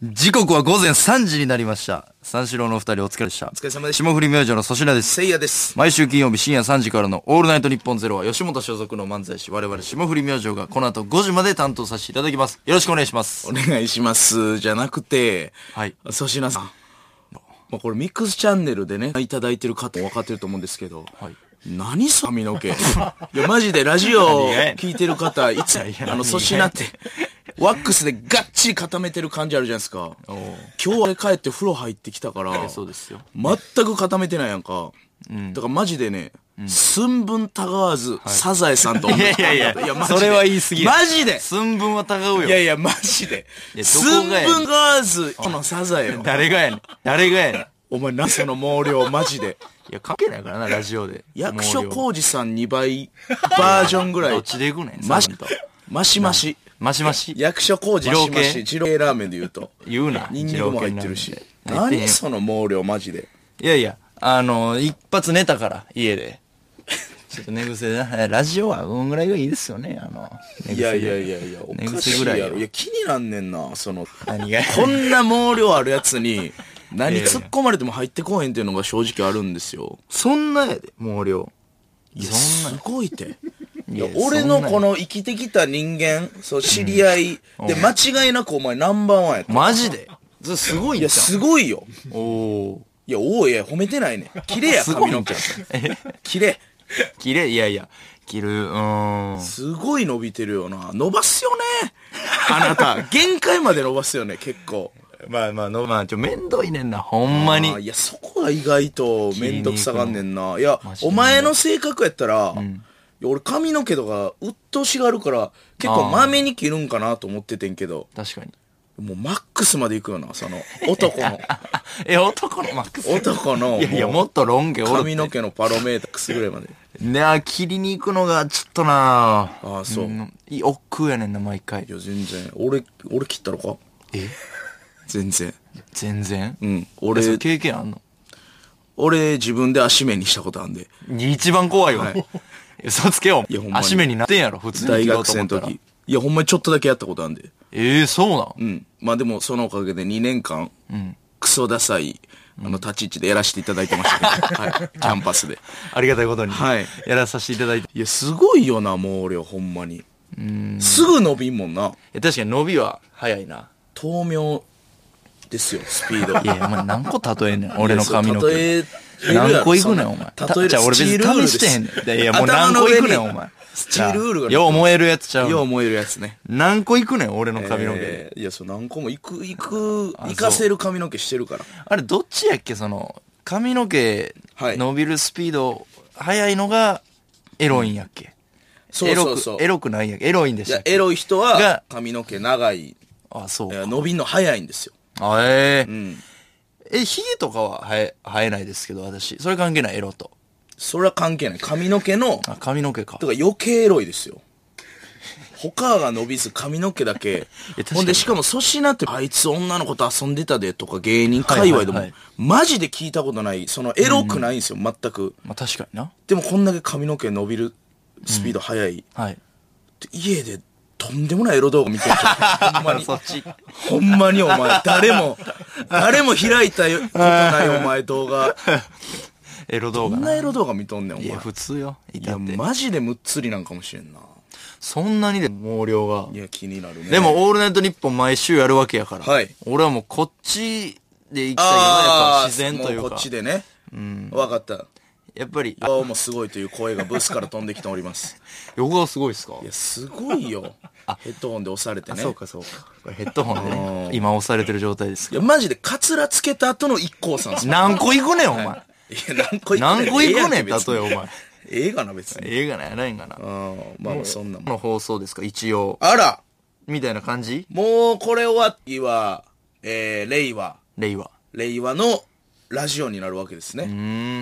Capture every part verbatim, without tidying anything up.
時刻は午前さんじになりました。三四郎のお二人お疲れでした。お疲れ様でした。 霜降り明星の粗品です。 せいやです。 毎週金曜日深夜さんじからのオールナイトニッポンゼロは吉本所属の漫才師、我々霜降り明星がこの後ごじまで担当させていただきます。よろしくお願いします。 お願いします。じゃなくて、 はい。 粗品さん。まあ、これミックスチャンネルでね、いただいてる方分かってると思うんですけど、はい。何その髪の毛。いや、マジでラジオ聞いてる方、いつ、あの、粗品って、ワックスでガッチリ固めてる感じあるじゃないですか。今日は帰って風呂入ってきたから、 そうですよ。 全く固めてないやんか。うん、だからマジでね、うん、寸分たがわず、はい、サザエさんと思う。 いやいやいや、いやマジでそれは言い過ぎる。 マジで寸分はたがうよ。 いやいや、マジで。寸分たがわず、このサザエよ。 誰がやねん。誰がやねん。 お前な、その毛量、マジで。 いや、関係ないからな、ラジオで。 役所広司さんにばいバージョンぐらい。 どっちでいくねん、 マシ、マシマシ。 マシマシ。 役所広司マシマシ。二郎系ラーメンで言うと。 言うな。 ニンニクも入ってるし。何その毛量、マジで。 いやいや、あの、一発寝たから、家で。ちょっと寝癖で、ラジオはこんぐらいがいいですよね、あの、 いやいやいやいや、おかしいやろ。いや、気になんねんな、その、 何がこんな毛量あるやつに、何突っ込まれても入ってこへんっていうのが正直あるんですよ。 そんなやで、毛量。 いや、すごいて。いや、俺のこの生きてきた人間、そう、知り合い、で、間違いなくお前ナンバーワンやった。 マジで？すごいいや、すごいよ。 おー。 いや、おーいや、褒めてないね。綺麗や、髪の毛。綺麗。 綺麗いやいや、切る、うーん。 すごい伸びてるよな。伸ばすよね。あなた、限界まで伸ばすよね、結構。 まあまあ、の、まあ、ちょ、めんどいねんな、ほんまに。 いや、そこは意外とめんどくさがんねんな。いや、お前の性格やったら、うん、いや俺髪の毛とか、うっとうしがあるから、結構まめに切るんかなと思っててんけど。 確かに。 もうマックスまで行くよな、その、男の。 え、男のマックス男の。 いやいや、もっとロン毛おる。 髪の毛のパロメータークスぐらいまで。 ねあ、切りに行くのが、ちょっとなああ、そう。うん、 億劫やねんな、毎回。 いや、全然。俺、俺切ったのかえ全然。 全然うん。俺、 経験あんの俺、自分で足目にしたことあんで。 一番怖いわ。はい、嘘つけよ。いや、ほんまに。足目になってんやろ、普通に。 大学生の時。いや、ほんまにちょっとだけやったことあんで。 ええー、そうなんうん。まあでも、そのおかげでにねんかん、うん、クソダサい、あの、立ち位置でやらせていただいてましたけど、はい。キャンパスで。 ありがたいことに。 はい。 やらさせていただいて。 いや、すごいよな、毛量、ほんまに。うん。すぐ伸びんもんな。 確かに伸びは早いな。 豆苗ですよ、スピード。 いや、お前何個例えんねん、俺の髪の毛。 例え、 何個いくねん、お前。 例えじゃあ俺別に試してへんねん。いや、もう何個いくねん、お前。 スチールウールが。 よう燃えるやつちゃう。 よう燃えるやつね。 何個いくねん、俺の髪の毛。 えー、いや、そう、何個もいく、いく、いかせる髪の毛してるから。 あれ、どっちやっけ、その、髪の毛、伸びるスピード、速いのが、エロいんやっけ。うん、 そうそうそう。 エロくないんやっけ。エロいんでしたっけ。 いや、エロい人は、髪の毛長い。 あ、そう。 伸びんの早いんですよ。 あ、ええー。うん。え、髭とかは生え、生えないですけど、私。それ関係ない、エロと。 それは関係ない。髪の毛の。 あ、髪の毛か。 とか余計エロいですよ。他が伸びず髪の毛だけ。ほんで、しかも粗品って、あいつ女の子と遊んでたでとか芸人界隈でも、マジで聞いたことない、そのエロくないんですよ、うん、全く。 まあ確かにな。 でもこんだけ髪の毛伸びるスピード速い。 うん、はい。 家でとんでもないエロ動画見てるほんまに。 そっち。 ほんまにお前、誰も、誰も開いたことないお前動画。 エロ動画。 どんなエロ動画見とんねん、お前。 いや、普通よ。 いや、マジでむっつりなんかもしれんな。 そんなにで毛量が。 いや、気になるね。 でも、オールナイトニッポン毎週やるわけやから。 はい。 俺はもうこっちで行きたいけど、やっぱ自然というか。 もうこっちでね。うん。わかった。 やっぱり。 顔もすごいという声がブスから飛んできております。 横がすごいですか？ いや、すごいよ。ヘッドホンで押されてね。 そうかそうか。これヘッドホンでね、今押されてる状態ですいや、マジでカツラつけた後の一光さんす何個いくねん、お前。いや、 何個いくねん。 何個いくねん、例えお前。 ええがな、別に。 ええがな、やないんかな。 うん。まあまあ、そんなもん。 の放送ですか、一応。 あらみたいな感じ？ もう、これ終わりは、えー、令和。 令和。 令和のラジオになるわけですね。 うん。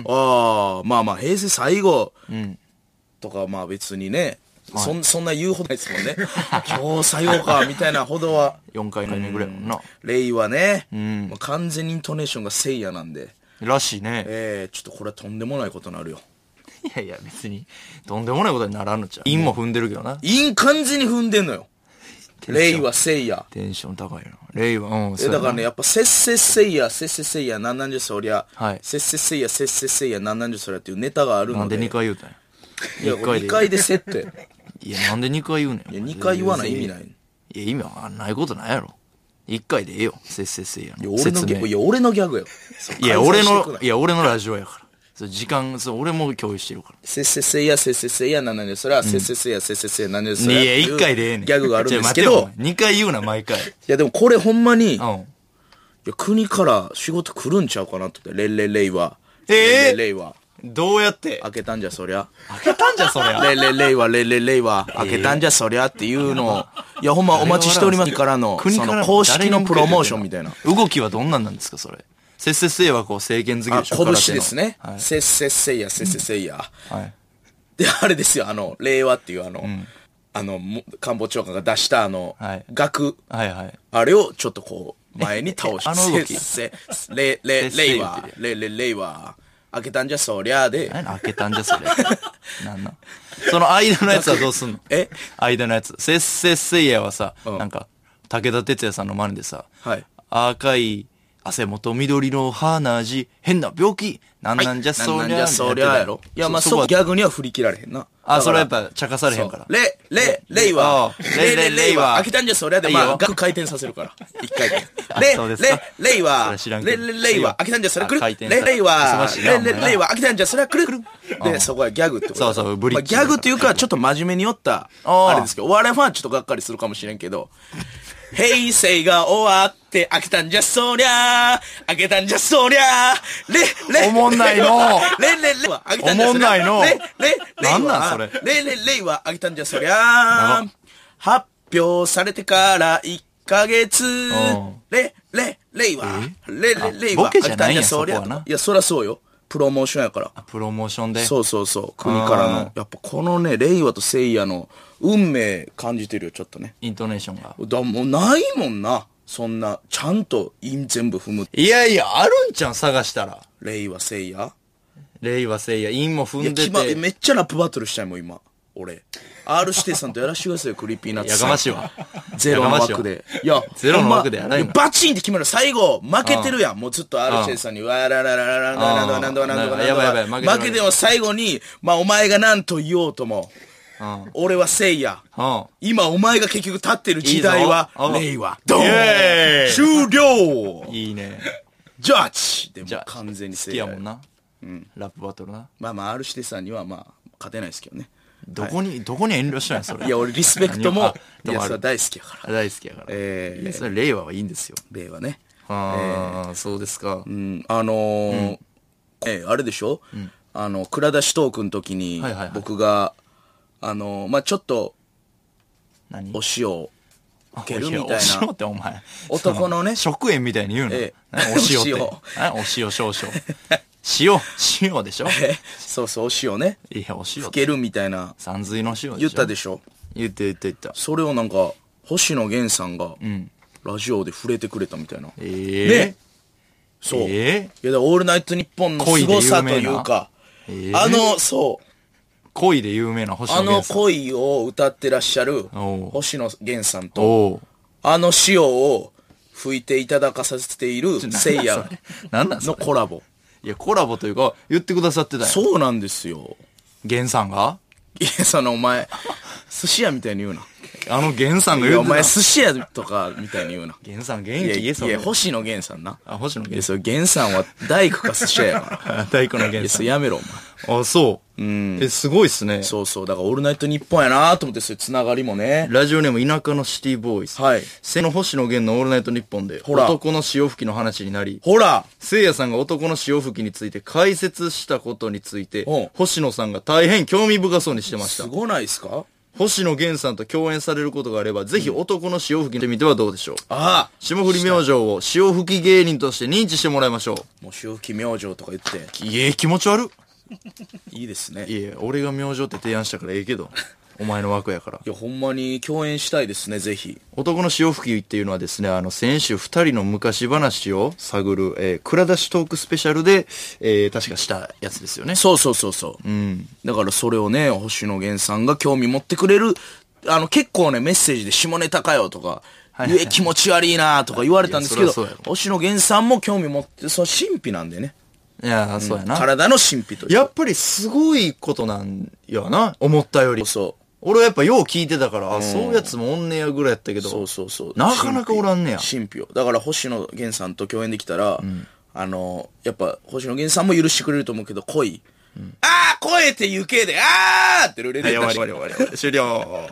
ああ、まあまあ、平成最後。うん。とか、まあ別にね。はい、そん、そんな言うほどないですもんね。今日最後か、みたいなほどは。 よんかいめぐらいもんな。 令和ね。 うん。 まあ、完全にイントネーションがせいやなんで。 らしいね。 ええー、ちょっとこれはとんでもないことになるよ。 いやいや、別に、とんでもないことにならんのちゃう。韻も踏んでるけどな。 韻完全に踏んでんのよ。 レイはせいや。 テンション高いな。レイは、うん、 え、だからね、やっぱ、せっせっせいや、せっせっせいや、なんなんじゃそりゃ。 はいせっせっせいや、せっせっせいや、なんなんじゃそりゃっていうネタがあるので。 なんでにかい言うたんや。 いや、にかいでセットや。 いや、なんでにかい言うねん。 いや、にかい言わない意味ない。 いや、意味はないことないやろ。いっかいでええよ。せっせっせいやの。 いや、俺のギャグ、いや、俺のギャグよ。 いや、俺の、いや、俺のラジオやから。そ時間、そう俺も共有してるから。 せっせっせいや、せっせっせいや、なんなんじゃそりゃ、せっせっせいや、せっせっせいや、なんなんじゃそりゃ。 いや、いっかいでええねん。 ギャグがあるんですけど。 にかい言うな、毎回。いや、でもこれほんまに、 うん。 いや、国から仕事来るんちゃうかなって。レレレイは。 ええレレレイは。 どうやって開けたんじゃそりゃ。 開けたんじゃ、そりゃ。 レレレイは、レレレイは、開けたんじゃそりゃっていうのを、いや、ほんまお待ちしておりますからの、 国からその公式のプロモーションみたいな。 動きはどんなんなんですか、それ。せっせっせいやはこう、政権好きあ、 でしょ。 拳ですね。 はい。 せっせっせいや、せっせっせいや。 はい。 で、あれですよ、あの、令和っていうあの、あの、も官房長官が出したあのはい、 額、 はいはい。 あれをちょっとこう、前に倒して、 あの動きせっせ、れ、れ、令和、れ、れ、令和、開けたんじゃそりゃで、 何開けたんじゃ、それ。なんなんその間のやつはどうすんのえ間のやつ。せっせっせいやはさ、 うんなんか、武田鉄矢さんの真似でさ、 はい。 赤い汗元緑の鼻血、変な病気、なんなんじゃそりゃ。 なんなんじゃそりゃやろ。いや、まあ、そこギャグには振り切られへんな。 あ、それはやっぱ、茶化されへんから。 れ、れ、れいはあ、レイレイレイは開けたんじゃそりゃで、 いいよまあ、額回転させるから。一回転。れ、 そうですかれ、れいはそれ知ら、んけれ、 どれ、れいは、開けたんじゃそりゃくる。 あ回転れ、れいは忙しい、なれ、 お前なれ、れいは、開けたんじゃそりゃくる。で、そこはギャグってこと。 そうそうブリッジまあギャグっていうか、ちょっと真面目によった、 あーあれですけど、お笑いファンはちょっとがっかりするかもしれんけど、平成が終わって開けたんじゃそりゃ開けたんじゃそりゃれ、れ、 おもんないのれ、れ、れは開けたんじゃそりゃおもんないのれ、れ、れなんなんそれれ、れ、れは開けたんじゃそりゃ発表されてからいっかげつんれ、れ、れはれ、れ、れはボケじゃないんやそりゃそこはないや、そりゃそうよ。プロモーションやから。 プロモーションで。 そうそうそう。国からあの。やっぱこのね、令和と聖夜の運命感じてるよ、ちょっとね。 イントネーションが。 だ、もうないもんな。そんな、ちゃんと韻全部踏む。 いやいや、あるんちゃん探したら。 令和聖夜。 令和せいや、インも踏いや、 んで決ま、 て。 めっちゃラップバトルしたいもん、今。俺。R 指定さんとやらしてくださいよ、クリーピーナッツさん。 やかましいわ。 ゼロの枠で。いや、 ゼロの枠でやらないほんまバチンって決める。最後、負けてるやん。もうずっと R 指定さんに、わららららららなんとかなんとかなんとか。 やばいやばい負けてる負けても最後に、まあお前が何と言おうとも、 うん。 俺は聖夜。 うん。 今お前が結局立ってる時代は、 いいぞ令和。ドーンイエーイ終了いいね。 ジャッジでもじゃあ、 完全に好聖夜。 きやもんな。ラップバトルな。 まあまあ R 指定さんにはまあ、勝てないですけどね。 どこに、どこに遠慮したんや、それ。 いや、俺リスペクトも、いや、 何をあでもあるそれは大好きやから。 大好きやから。 えーいやそれ令和はいいんですよ。 令和ね。 ああ、そうですか。 うん、あのーえーあれでしょ、あの、蔵出しトークの時にはいはいはい、 僕が、あのーまあちょっと、 何お塩をかけるみたいお塩な。 ってお前。 男のねそ食塩みたいに言うの。 ええ何お塩って。 お塩何お塩少々。塩、塩でしょえそうそう、お塩ね。 いや、お塩かけるみたいな、 山水の塩でしょ言ったでしょ。 言って言って言った。 それをなんか、星野源さんが、ラジオで触れてくれたみたいな。 ええねそう。 ええいや、だからオールナイトニッポンの凄さというか、 恋で有名なええあの、そう。 恋で有名な星野あの源さん。 恋を歌ってらっしゃるおう星野源さんと、 おうあの塩を吹いていただかさせているせいやなんなんそれのコラボ。 いや、コラボというか、言ってくださってたよ。 そうなんですよ。 源さんがいや、そのお前、寿司屋みたいに言うな。 あの源さんがいや、お前言ってた。 寿司屋とかみたいに言うな。 源さん元いや、 気いや、 それ星野源さんな。 あ、星野いや、 源それ源さんは大工か寿司屋やから。 大工のいや、 源さん。 それやめろ、お前。 あ、そう。 うん。 え、すごいっすね。 そうそう。だから、オールナイトニッポンやなと思って、そういうつながりもね。 ラジオネーム田舎のシティボーイズ。 はい。 背の星野源のオールナイトニッポンで、 ほら男の潮吹きの話になり、 ほらせいやさんが男の潮吹きについて解説したことについておう、 星野さんが大変興味深そうにしてました。 すごないですか星野源さんと共演されることがあれば、ぜひ男の潮吹きしてみてはどうでしょう。 ああ霜降り明星を潮吹き芸人として認知してもらいましょもう潮吹き明星とか言って、 う。いえ、気持ち悪っ。 いいですね。 いえ、俺が明星って提案したからええけど。お前の枠やから。 いや、ほんまに共演したいですね、ぜひ。 男の潮吹きっていうのはですね、あの、先週二人の昔話を探る、えー、蔵出しトークスペシャルで、えー、確かしたやつですよね。 そうそうそうそう。 うん。 だからそれをね、星野源さんが興味持ってくれるっあの、結構ね、メッセージで下ネタかよとか、はいはい、気持ち悪いなとか言われたんですけど、星野源さんも興味持って、その神秘なんでね。 いや、そうやな。 体の神秘という。 やっぱりすごいことなんやな、思ったより。 そう。 俺はやっぱよう聞いてたから、あ、そういうやつもおんねやぐらいやったけど。 そうそうそう。 なかなかおらんねや。 神秘よ。だから星野源さんと共演できたら、うん、あの、やっぱ星野源さんも許してくれると思うけど、恋。うん、あー声って言う系で、あーってルレで。 終わり終わり終わり。終了。はい、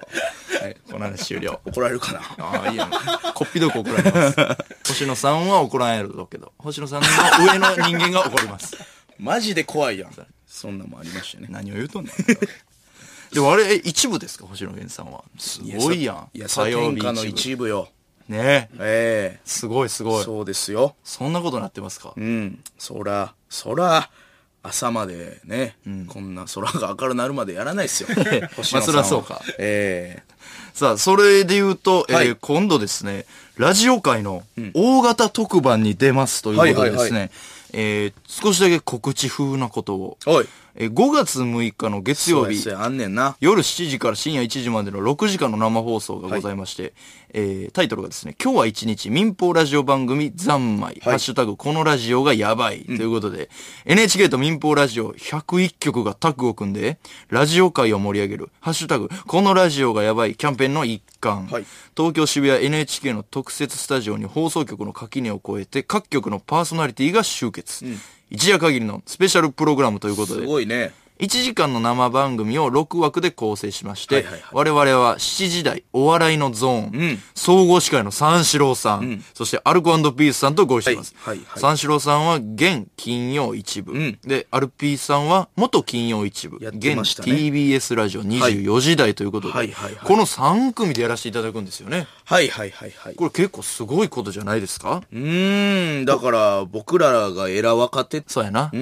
この話終了。 怒られるかな。 ああ、いいやん。こっぴどく怒られます。星野さんは怒らんやろうけど、星野さんの上の人間が怒ります。 マジで怖いやん。そんなもんありましたね。 何を言うとんねん。でもあれ、一部ですか星野源さんは。すごいやん。 いや、さ、天下の一部よ。 ねえ。ええ。 すごいすごい。 そうですよ。 そんなことなってますか？ うん。そら、そら、朝までね、うん、こんな空が明るなるまでやらないですよ。 まあ、そりゃそうか。 ええー。さあ、それで言うと、はい、えー、今度ですね、ラジオ界の大型特番に出ますということでですね、はいはいはい、えー、少しだけ告知風なことを。 はい。 えー、ごがつむいかの月曜日、 あんねんな。 夜しちじから深夜いちじまでのろくじかんの生放送がございまして、はい、えー、タイトルがですね、今日は一日民放ラジオ番組三昧、はい、ハッシュタグこのラジオがやばい、うん、ということで、エヌエイチケー と民放ラジオひゃくいっきょくがタッグを組んで、ラジオ界を盛り上げる、ハッシュタグこのラジオがやばいキャンペーンの一環、はい、東京渋谷 エヌエイチケー の特設スタジオに放送局の垣根を越えて、各局のパーソナリティが集結。うん、一夜限りのスペシャルプログラムということで、 すごいね。 いちじかんの生番組をろくわくで構成しまして、はいはいはい、我々はしちじ台お笑いのゾーン、うん、総合司会の三四郎さん、うん、そしてアルコ&ピースさんとご一緒します。はいはいはい、三四郎さんは現金曜一部、うん、で、アルピーさんは元金曜一部、現 ティービーエス ラジオにじゅうよじ台ということで、はいはいはいはい、このさん組でやらせていただくんですよね。 はいはいはいはい。 これ結構すごいことじゃないですか？ うーん、だから僕らがエラ若手。 そうやな。 うん。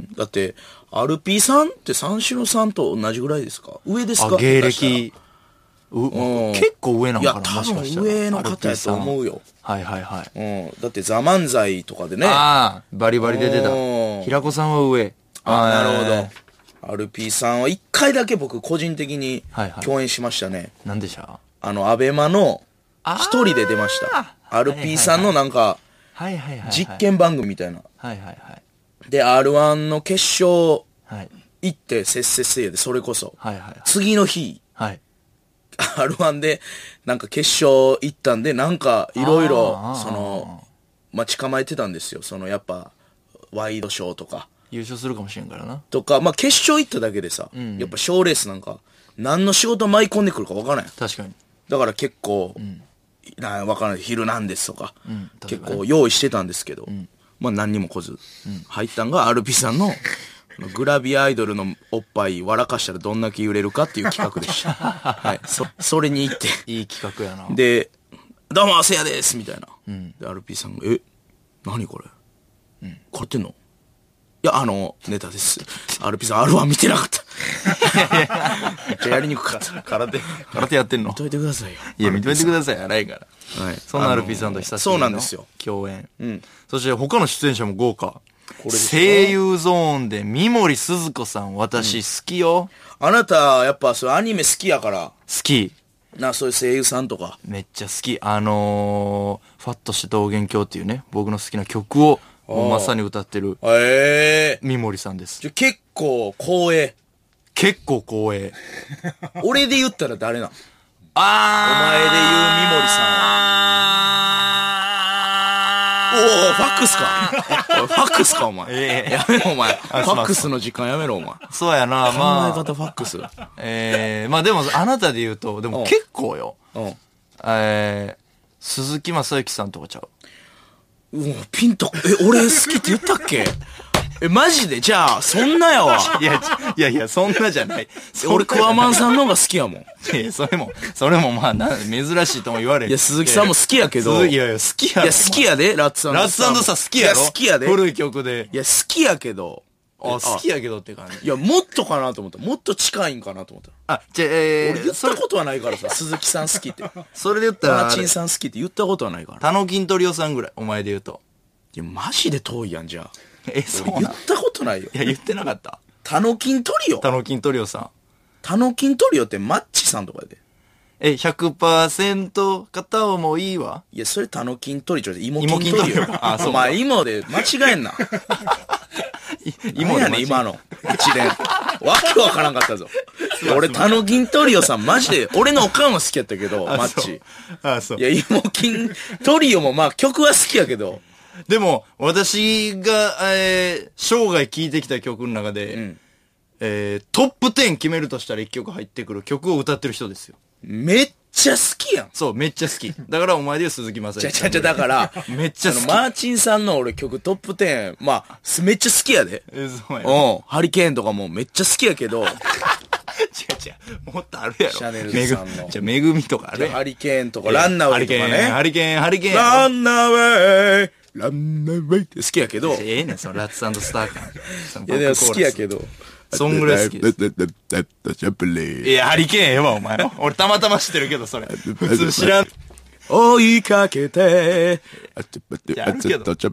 だって、アルピーさんって三四郎さんと同じぐらいですか？上ですか？ 芸歴。う、結構上なのかな？いや、 多分上の方やと思うよ。 はいはいはい。 うん。だってザ漫才とかでね。 ああ、バリバリ出てた。平子さんは上。 ああ、なるほど。アルピーさんは一回だけ僕個人的に共演しましたね。はいはい、 何でした？ あの、アベマの一人で出ました。アルピーさんのなんか、実験番組みたいな。 はいはいはい。 で、アールワン の決勝、行って、せっせっせやで、それこそ。 はいはいはい、 次の日、 はい、 アールワン で、なんか決勝行ったんで、なんか、いろいろ、その、待ち構えてたんですよ。その、やっぱ、ワイドショーとか。 優勝するかもしれんからな。 とか、まあ、決勝行っただけでさ、うん、やっぱ賞レースなんか、何の仕事舞い込んでくるか分からない。 確かに。 だから結構、うん、な分からない。ヒルナンデスとか、うん、結構用意してたんですけど、うん、まあ何にも来ず、うん、入ったんがアルピさんのグラビアアイドルのおっぱい笑かしたらどんだけ揺れるかっていう企画でした。はい。そ、それに行って。 いい企画やな。 で、どうも、せやですみたいな。うん、で、アルピさんが、え、何これ、うん、買ってんの？いや、あの、ネタです。アルピさん、アールワン 見てなかった。めっちゃやりにくかった。 空手、空手やってんの？ 見といてくださいよ。 いや、見といてください。荒いから。はい。そんなアルピーさんと久しぶりの共演。 うん。 そして他の出演者も豪華。これ声優ゾーンで三森すず子さん、私好きよ。 うん、あなた、やっぱそういうアニメ好きやから。 好き。 な、そういう声優さんとか。 めっちゃ好き。あのー、ファッとして桃源郷っていうね、僕の好きな曲を、まさに歌ってる。 ええー。三森さんです。 じゃ、結構光栄。 結構光栄。 俺で言ったら誰なん？ あー。お前で言う三森さんは。おお、ファックスか。ファックスか、お前。ええー。やめろ、お前。ファックスの時間やめろ、お前。 そうやな、まあ。 考え方ファックス。 ええー、まあでも、あなたで言うと、でも結構よ。うん。えー、鈴木正幸さんとかちゃう。 うわ、ピンと、え、俺好きって言ったっけ？え、マジで？じゃあ、そんなやわ。 いや、いやいや、そんなじゃない。 俺、クワマンさんの方が好きやもん。 いや、それも、それもまあ、な、珍しいとも言われる。 いや、鈴木さんも好きやけど。 いやいや、好きやろ。 いや、好きやで、ラッツ& ラッツ&サ好きやろ。 いや、好きやで。 古い曲で。 いや、好きやけど。 あ、好きやけどって感じ。 いや、もっとかなと思った。もっと近いんかなと思った。 あ、じゃあ、えー、俺言ったことはないからさ、鈴木さん好きって。 それで言ったら、 マーチンさん好きって言ったことはないから。 タノキントリオさんぐらい、お前で言うと。 いや、マジで遠いやん、じゃあ。 え、そうな言ったことないよ。 いや、言ってなかった。 タノキントリオタノキントリオさん。 タノキントリオってマッチさんとかやで。 え、ひゃくパーセント 片思いは？ いや、それタノキントリオじゃなくて芋芋筋トリオ。 筋トリオあそうかお前芋で間違えんな。芋やねん、今の。一連。わけわからんかったぞ。俺、タノキントリオさんマジで、俺のおかんは好きやったけど、マッチ。 あ、そう。 いや、芋筋トリオもまあ曲は好きやけど。 でも、私が、えー、生涯聴いてきた曲の中で、 んえー、トップじゅう決めるとしたらいっきょく入ってくる曲を歌ってる人ですよ。 めっちゃ好きやん。 そう、めっちゃ好き。だからお前で言う鈴木雅之。 ちゃちゃちゃ、だから、 めっちゃ好き。 あのマーチンさんの俺曲トップじゅう、まあ、すめっちゃ好きやで。 え、そうや。 うん。ハリケーンとかもめっちゃ好きやけど、 違う違う。もっとあるやろ。 シャネルめぐさんのじゃあ、めぐみとかあるやん。 ハリケーンとかランナーウェイとかハリケーン、 ね。 ハリケーン、ハリケーン。 ランナーウェイランナーウェイって好きやけど、いええねん、そのラッツスター感。 やでも好きやけど。 ど、 そんぐらい好きです。いや、ハリケーンええわ、お前。俺たまたま知ってるけど、それ。普通知らん。 追いかけて、 やるけど。 好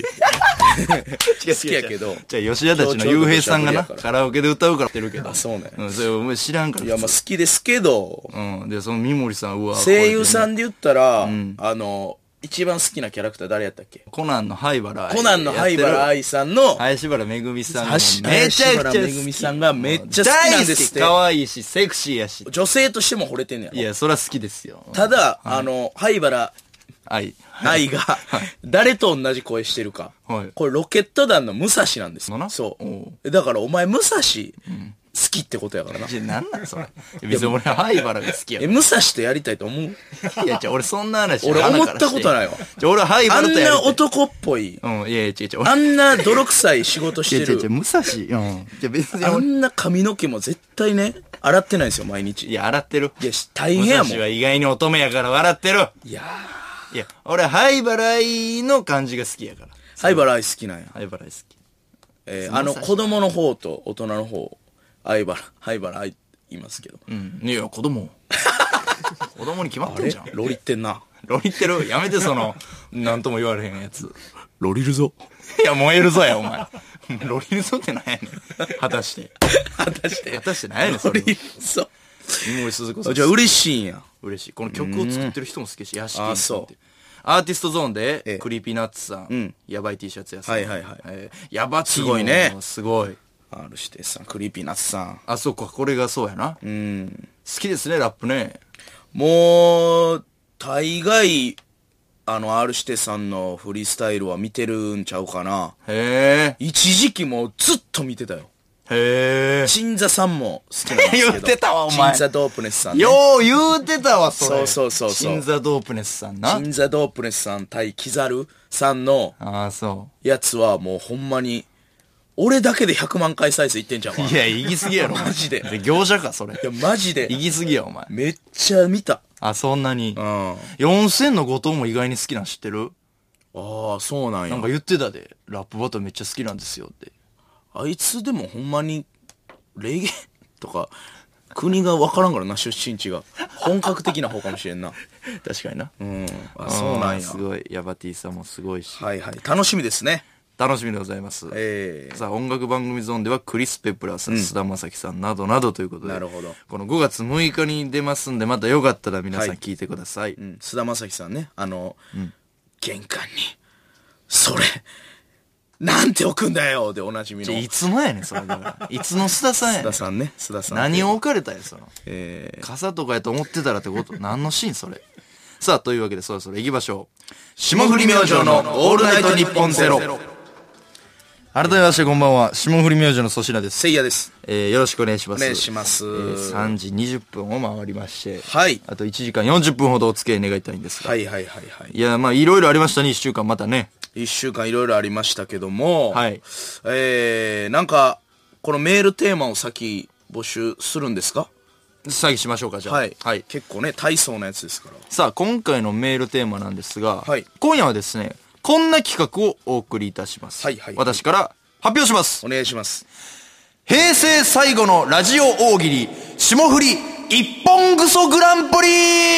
きやけど。 じゃあ、吉田たちの雄平さんがな、 ちょうどカラオケで歌うからってるけど。 あ、そうね。 うん、それお前知らんから。 いや、まあ好きですけど、 うん。で、その三森さん、うわ。 声優さん。 んで言ったら、あの、一番好きなキャラクター誰やったっけ？ コナンの灰原愛。 コナンの灰原愛さんの、 林原めぐみさんがはしめちゃくちゃ好き。 めぐみさんがめっちゃ好きなんですって。 可愛いし、セクシーやし。 女性としても惚れてんねやろ。 いや、そりゃ好きですよ。 ただ、あの、灰原愛。 愛が、誰と同じ声してるか。 はいこれロケット団の武蔵なんですよ。 のなそおう。だからお前武蔵、好きってことやからな。 じゃ、なんなんそれ。別に俺は灰原が好きやえ、 か武蔵とやりたいと思う？ ら。いや、じゃ俺そんな話。 俺思ったことないわ。 じゃ俺は灰あん原とやりた。 ない男っぽい、 うん、いやいや、違う違う。俺あんな泥臭い仕事して違う違う違う、 る。 武蔵。うん。じゃあ別にあ俺。 んな髪の毛も絶対ね、洗ってないんですよ、毎日。いいや、洗ってる。 や、大変やもん。 武蔵は意外に乙女やから笑ってる。 いやいや、俺、灰原愛の感じが好きやから。 ー、灰原愛好きなんや。 灰原愛好き。 えー、あの、子供の方と大人の方、灰原、灰原愛いますけど。 うん。いや、子供。子供に決まってんじゃん。 ロリってんな。 ロリってる。やめて、その、なんとも言われへんやつ。 ロリるぞ。 いや、燃えるぞや、お前。ロリるぞってなんやねん。果たして。 果たして。 果たしてなんやねん、それ。 ロリるぞ。 三森鈴子さん。 じゃあ嬉しいんや。 嬉しい。この曲を作ってる人も好きやし、屋敷あさんってそう。 アーティストゾーンで、 ええクリーピーナッツさん、 んやばい T シャツ屋さん。 はいはいはいえーやば T すごいねもすごい。 R 指定さん、クリーピーナッツさん。 あ、そうか、これがそうやな。 うん。 好きですね、ラップね。 もう、大概、あの、R 指定さんのフリースタイルは見てるんちゃうかな。 へえ。 一時期もうずっと見てたよ。 へえ。 鎮座さんも好きなんですけど。 言ってたわお前鎮座ドープネスさんね。 よう言うてたわ、それ。 そうそうそうそうシンザドープネスさんな。 鎮座ドープネスさん対キザルさんのああ、そやつはもうほんまに、俺だけでひゃくまん回再生いってんちゃうかう。 な。 いや、行き過ぎやろ。 マジで業者か、それ。 いや、マジで。 行き過ぎや、お前。 めっちゃ見た。 あ、そんなにう。ん。あよんせんの後藤も意外に好きなん知ってる？ あ、そうなんや。 なんか言ってたで。ラップバトルめっちゃ好きなんですよって。 あいつでもほんまに、レゲエとか、国がわからんからな、出身地が。本格的な方かもしれんな。 確かにな。 うん。あ、そうなんや。 すごい。ヤバティさんもすごいし。 はいはい。楽しみですね。 楽しみでございます。 ええさあ、音楽番組ゾーンではクリス・ペプラーさん、菅、田将暉さんなどなどということで。 なるほどこのごがつむいかに出ますんで、またよかったら皆さん聞いてください。 うん。菅田将暉さんね、あの、玄関に、それ、なんて置くんだよでおなじみの。 じゃあいつのやねん、それだから。いつの須田さんやねん。 須田さんね、須田さん。 何を置かれたんや、その。 ええ傘とかやと思ってたらってこと何のシーンそれ。さあ、というわけでそろそろ行きましょう。霜降り明星のオールナイトニッポンゼロ。改めましてこんばんは。霜降り明星の粗品です。 せいやです。 えー、よろしくお願いします。 お願いします。 えー、さんじにじゅっぷんを回りまして。 はい。 あといちじかんよんじゅっぷんほどお付き合い願いたいんですが。 はいはいはいはい。 いや、まあ、いろいろありましたね、いっしゅうかんまたね。 一週間いろいろありましたけども、 はい。 えー、なんか、このメールテーマを先募集するんですか？ 詐欺しましょうか、じゃあ。 はい。 はい。 結構ね、大層なやつですから。 さあ、今回のメールテーマなんですが、 はい今夜はですね、こんな企画をお送りいたします。 はいはい私から発表します。 お願いします。 平成最後のラジオ大喜利、霜降り一本ぐそグランプリ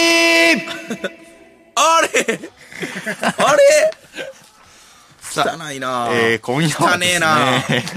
あれあれさあ汚いなぁ。 えー、今夜はですね、 汚ねえな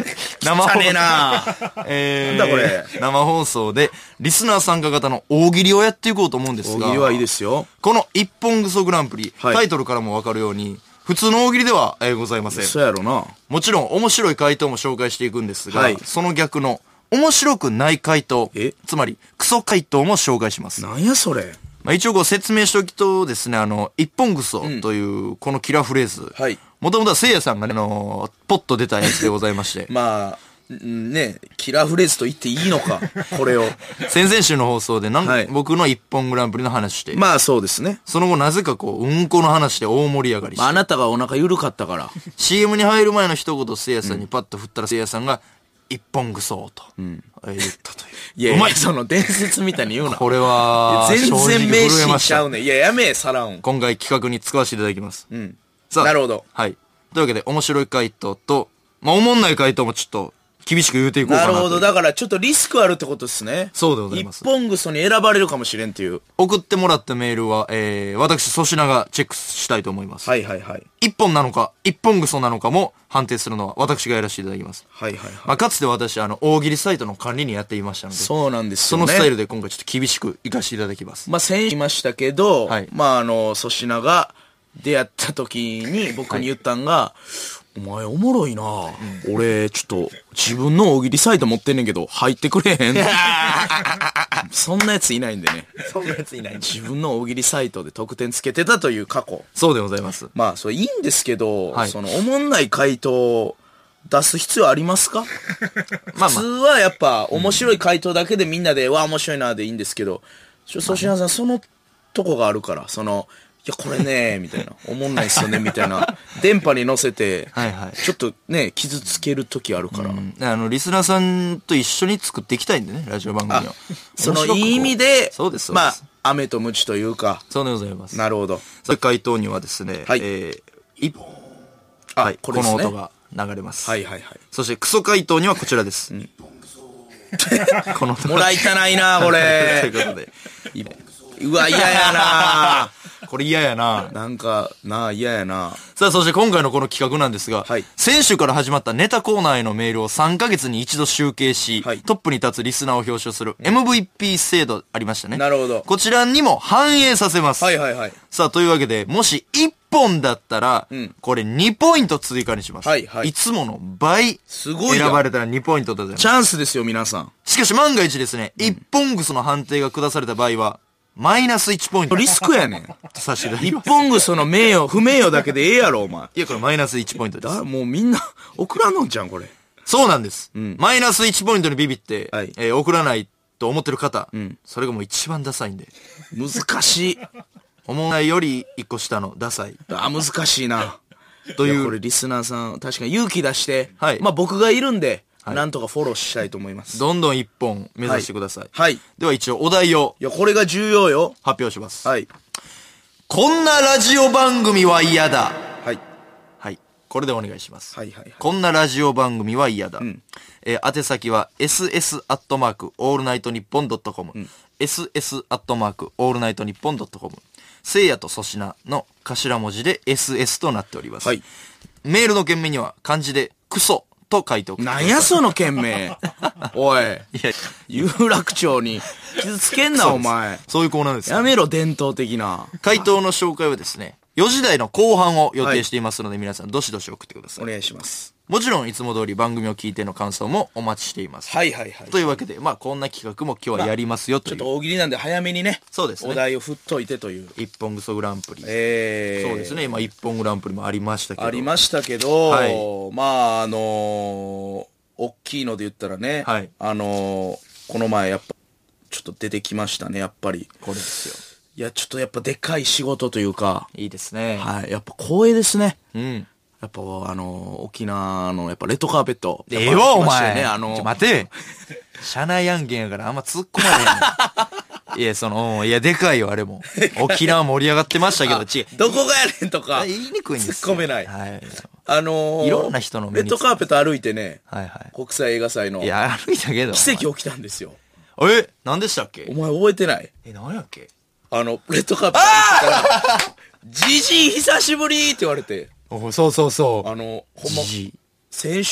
生汚ねえなえー、 なんだこれ生放送で、リスナー参加型の大喜利をやっていこうと思うんですが。 大喜利はいいですよ。 この一本ぐそグランプリ、 はいタイトルからもわかるように、普通の大喜利では、えーございません。 そうやろな。 もちろん面白い回答も紹介していくんですが、 はいその逆の面白くない回答え、 つまりクソ回答も紹介します。 なんやそれ。 まあ、一応こう説明しておきとですね、あの、一本ぐそというこのキラーフレーズ。 はい。 もともとはせいやさんがね、あの、ポッと出たやつでございまして。 まあ、んね、キラーフレーズと言っていいのか、これを。 先々週の放送でなん、 はい僕の一本グランプリの話して、 まあそうですね。 その後なぜかこう、うんこの話で大盛り上がりして、 まああなたがお腹緩かったから。 シーエム に入る前の一言せいやさんにパッと振ったらせいやさんが、一本ぐそと、えー言ったという。 いや、 うまいその伝説みたいに言うな。 これは、 全然名シーンちゃうね。 ねん。いや、やめえ、サラン。 今回企画に使わせていただきます。 うん。 さあ。 なるほど。 はい。というわけで、面白い回答と、まあ、おもんない回答もちょっと、厳しく言うていこうかなと。 なるほど。だからちょっとリスクあるってことですね。 そうでございます一本ぐそに選ばれるかもしれんっていう。 送ってもらったメールは、えー、私、粗品がチェックしたいと思います。 はいはいはい。 一本なのか、一本ぐそなのかも判定するのは私がやらせていただきます。 はいはいはい。 まあ、かつて私、あの、大喜利サイトの管理にやっていましたので、 そうなんですよね。 そのスタイルで今回ちょっと厳しく行かせていただきます。 まあ先週言いましたけど、 はいまああの、粗品が出会った時に僕に言ったんが、お前おもろいな、うん、俺ちょっと自分の大喜利サイト持ってんねんけど入ってくれへんそんなやついないんでね。 そんなやついないんで。 自分の大喜利サイトで得点つけてたという過去。 そうでございます。 まあそれいいんですけど、 はい、 そのおもんない回答を出す必要ありますかまあ、まあ、普通はやっぱ面白い回答だけでみんなで、うん、わ面白いなでいいんですけど、粗品さんそのとこがあるから、そのいや、これね、みたいな。おもんないっすよね、みたいな。電波に乗せて、はいはい。ちょっとね、傷つける時あるから。うん、 あの、リスナーさんと一緒に作っていきたいんでね、ラジオ番組を。 そのいい意味で、 そうです、そうです。 まあ、雨と鞭というか。 そうでございます。 なるほど。 そういう回答にはですね、はい。えー、いあ、 はい、 これですね。 この音が流れます。 はいはいはい。 そして、クソ回答にはこちらです。うん、 この音もらいたないな、これ。ということで。うわ、嫌やなこれ嫌やななんか、なあ、嫌やなさあ、そして今回のこの企画なんですが、はい、先週から始まったネタコーナーへのメールをさんかげつに一度集計し、はい、トップに立つリスナーを表彰する エムブイピー 制度ありましたね。 なるほど。 こちらにも反映させます。 はいはいはい。 さあ、というわけで、もしいっぽんだったら、うん、これにポイント追加にします。はいはい。いつもの倍、 すごい選ばれたらにポイントでございます。 チャンスですよ、皆さん。 しかし万が一ですね、うん、一本ぐその判定が下された場合は、マイナスいちポイント。 リスクやねん。 さしていただきます。 一本ぐその名誉、不名誉だけでええやろ、お前。 いや、これマイナスいちポイントです。 だ、もうみんな、送らんのんじゃん、これ。 そうなんです。うん、マイナスいちポイントにビビって、はい、えー、送らないと思ってる方、うん、それがもう一番ダサいんで。 難しい。 思わないより一個下のダサい。 あ、難しいな。という。いこれリスナーさん、確かに勇気出して、はい、まあ僕がいるんで、はい、なんとかフォローしたいと思います。 どんどん一本目指してください。 はい。はい、 では一応お題を。 いや、これが重要よ。 発表します。 はい。 こんなラジオ番組は嫌だ。 はい。 はい。これでお願いします。 はいはいはい。 こんなラジオ番組は嫌だ。うん、えー、宛先は エスエス アットマークオールナイトニッポンドットコム、うん、エスエス アットマークオールナイトニッポンドットコム、せいやと粗品の頭文字で エスエス となっております。はい。メールの件名には漢字でクソと書いておく。 なんやその件名。おい。いや、有楽町に傷つけんな、お前。 そういうコーナーです。 やめろ、伝統的な。 回答の紹介はですね、よじ台の後半を予定していますので、はい、皆さんどしどし送ってください。 お願いします。 もちろんいつも通り番組を聞いての感想もお待ちしています。 はいはいはい。 というわけで、まあこんな企画も今日はやりますよという。 まあ、ちょっと大喜利なんで早めにね。 そうですね。 お題を振っといてという。 一本ぐそグランプリ。 ええー。 そうですね。まあ一本グランプリもありましたけど。 ありましたけど、はい、まああのー、大きいので言ったらね。はい。あのー、この前やっぱ、ちょっと出てきましたね、やっぱり。 これですよ。 いや、ちょっとやっぱでかい仕事というか。 いいですね。 はい。やっぱ光栄ですね。 うん。 やっぱあの、沖縄のやっぱレッドカーペット。 ええわ、お前。ね、あの、ちょ、待て。社内案件やからあんま突っ込まれへん。いや、その、いや、でかいよ、あれも。沖縄盛り上がってましたけど、違う。どこがやねんとか。 言いにくいんですよ。突っ込めない。 はい。 あのー、 いろんな人の目に。レッドカーペット歩いてね。 はいはい。 国際映画祭の。 いや、歩いたけど。 奇跡起きたんですよ。 え、何でしたっけ？ お前覚えてない？ え、何やっけ？ あの、レッドカーペット歩いてたら、ジジイ久しぶりって言われて。 お、そうそうそう。 あの、ほんま、選手言っ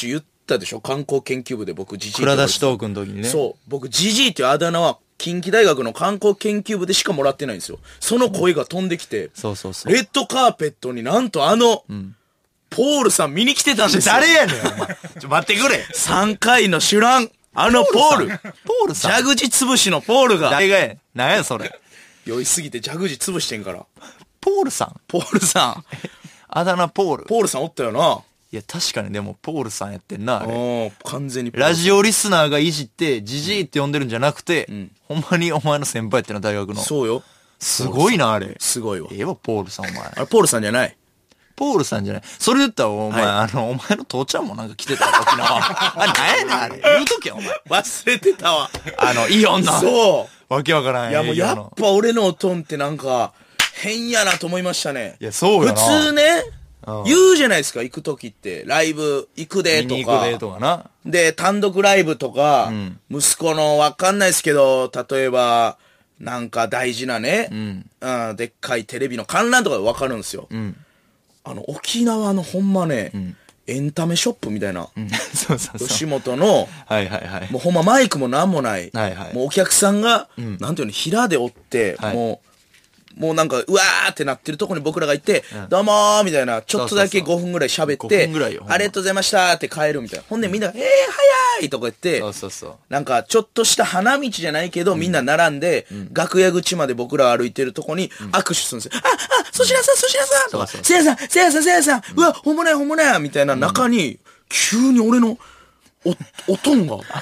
ったでしょ、観光研究部で僕ジジイ。 蔵出しトークの時にね。 そう。僕ジジイっていうあだ名は近畿大学の観光研究部でしかもらってないんですよ。その声が飛んできて、 そうそうそう。 レッドカーペットになんとあの、うん、ポールさん見に来てたんですよ。 誰やねん、お前。ちょ、待ってくれ。 さんかいの主覧、あのポール。ポールさん。 蛇口潰しのポールが。 誰がやねん。なんやそれ。 酔いすぎて蛇口潰してんから。 ポールさんポールさん。 あだ名ポール。 ポールさんおったよな。 いや、確かにでも、ポールさんやってんな、あれ。 お完全にポール。 ラジオリスナーがいじって、ジジイって呼んでるんじゃなくて、うん、ほんまにお前の先輩っての大学の。 そうよ。 すごいな、あれ。 すごいわ。 ええわ、ポールさん、お前。 あれ、ポールさんじゃない。 ポールさんじゃない。それ言ったら、お前、はい、あの、お前の父ちゃんもなんか来てたよ、沖縄。あれ、なんやねん、あれ。言うときや、お前。 忘れてたわ。 あの、いい女。 そう。 わけわからん。 いや、もうやっぱ俺のおとんってなんか、変やなと思いましたね。 いや、そうよな。 普通ね、言うじゃないですか、行くときって。ライブ行くでとか。 行くでとかな。 で、単独ライブとか、うん、息子のわかんないですけど、例えば、なんか大事なね、うんうん、でっかいテレビの観覧とかでわかるんですよ。うん、あの、沖縄のほんまね、うん、エンタメショップみたいな。うん、そうそうそう。吉本の、 はいはいはい。 もうほんまマイクもなんもない。 はいはい。 もうお客さんが、うん、なんていうの、平でおって、はい、もう、もうなんか、うわーってなってるとこに僕らがいて、うん、どうもーみたいな、ちょっとだけごふんぐらい喋って、ありがとうございましたーって帰るみたいな。ほんでみんなが、えー、早いとか言って、 そうそうそう。 なんか、ちょっとした花道じゃないけど、うん、みんな並んで、うん、楽屋口まで僕ら歩いてるとこに握手するんですよ。うん、あ、あ、粗品さん、粗品さんとか、せいやさん、せいやさん、せいやさん、うわ、ほんまね、ほんまね、みたいな中に、急に俺の、お、おとんがおって、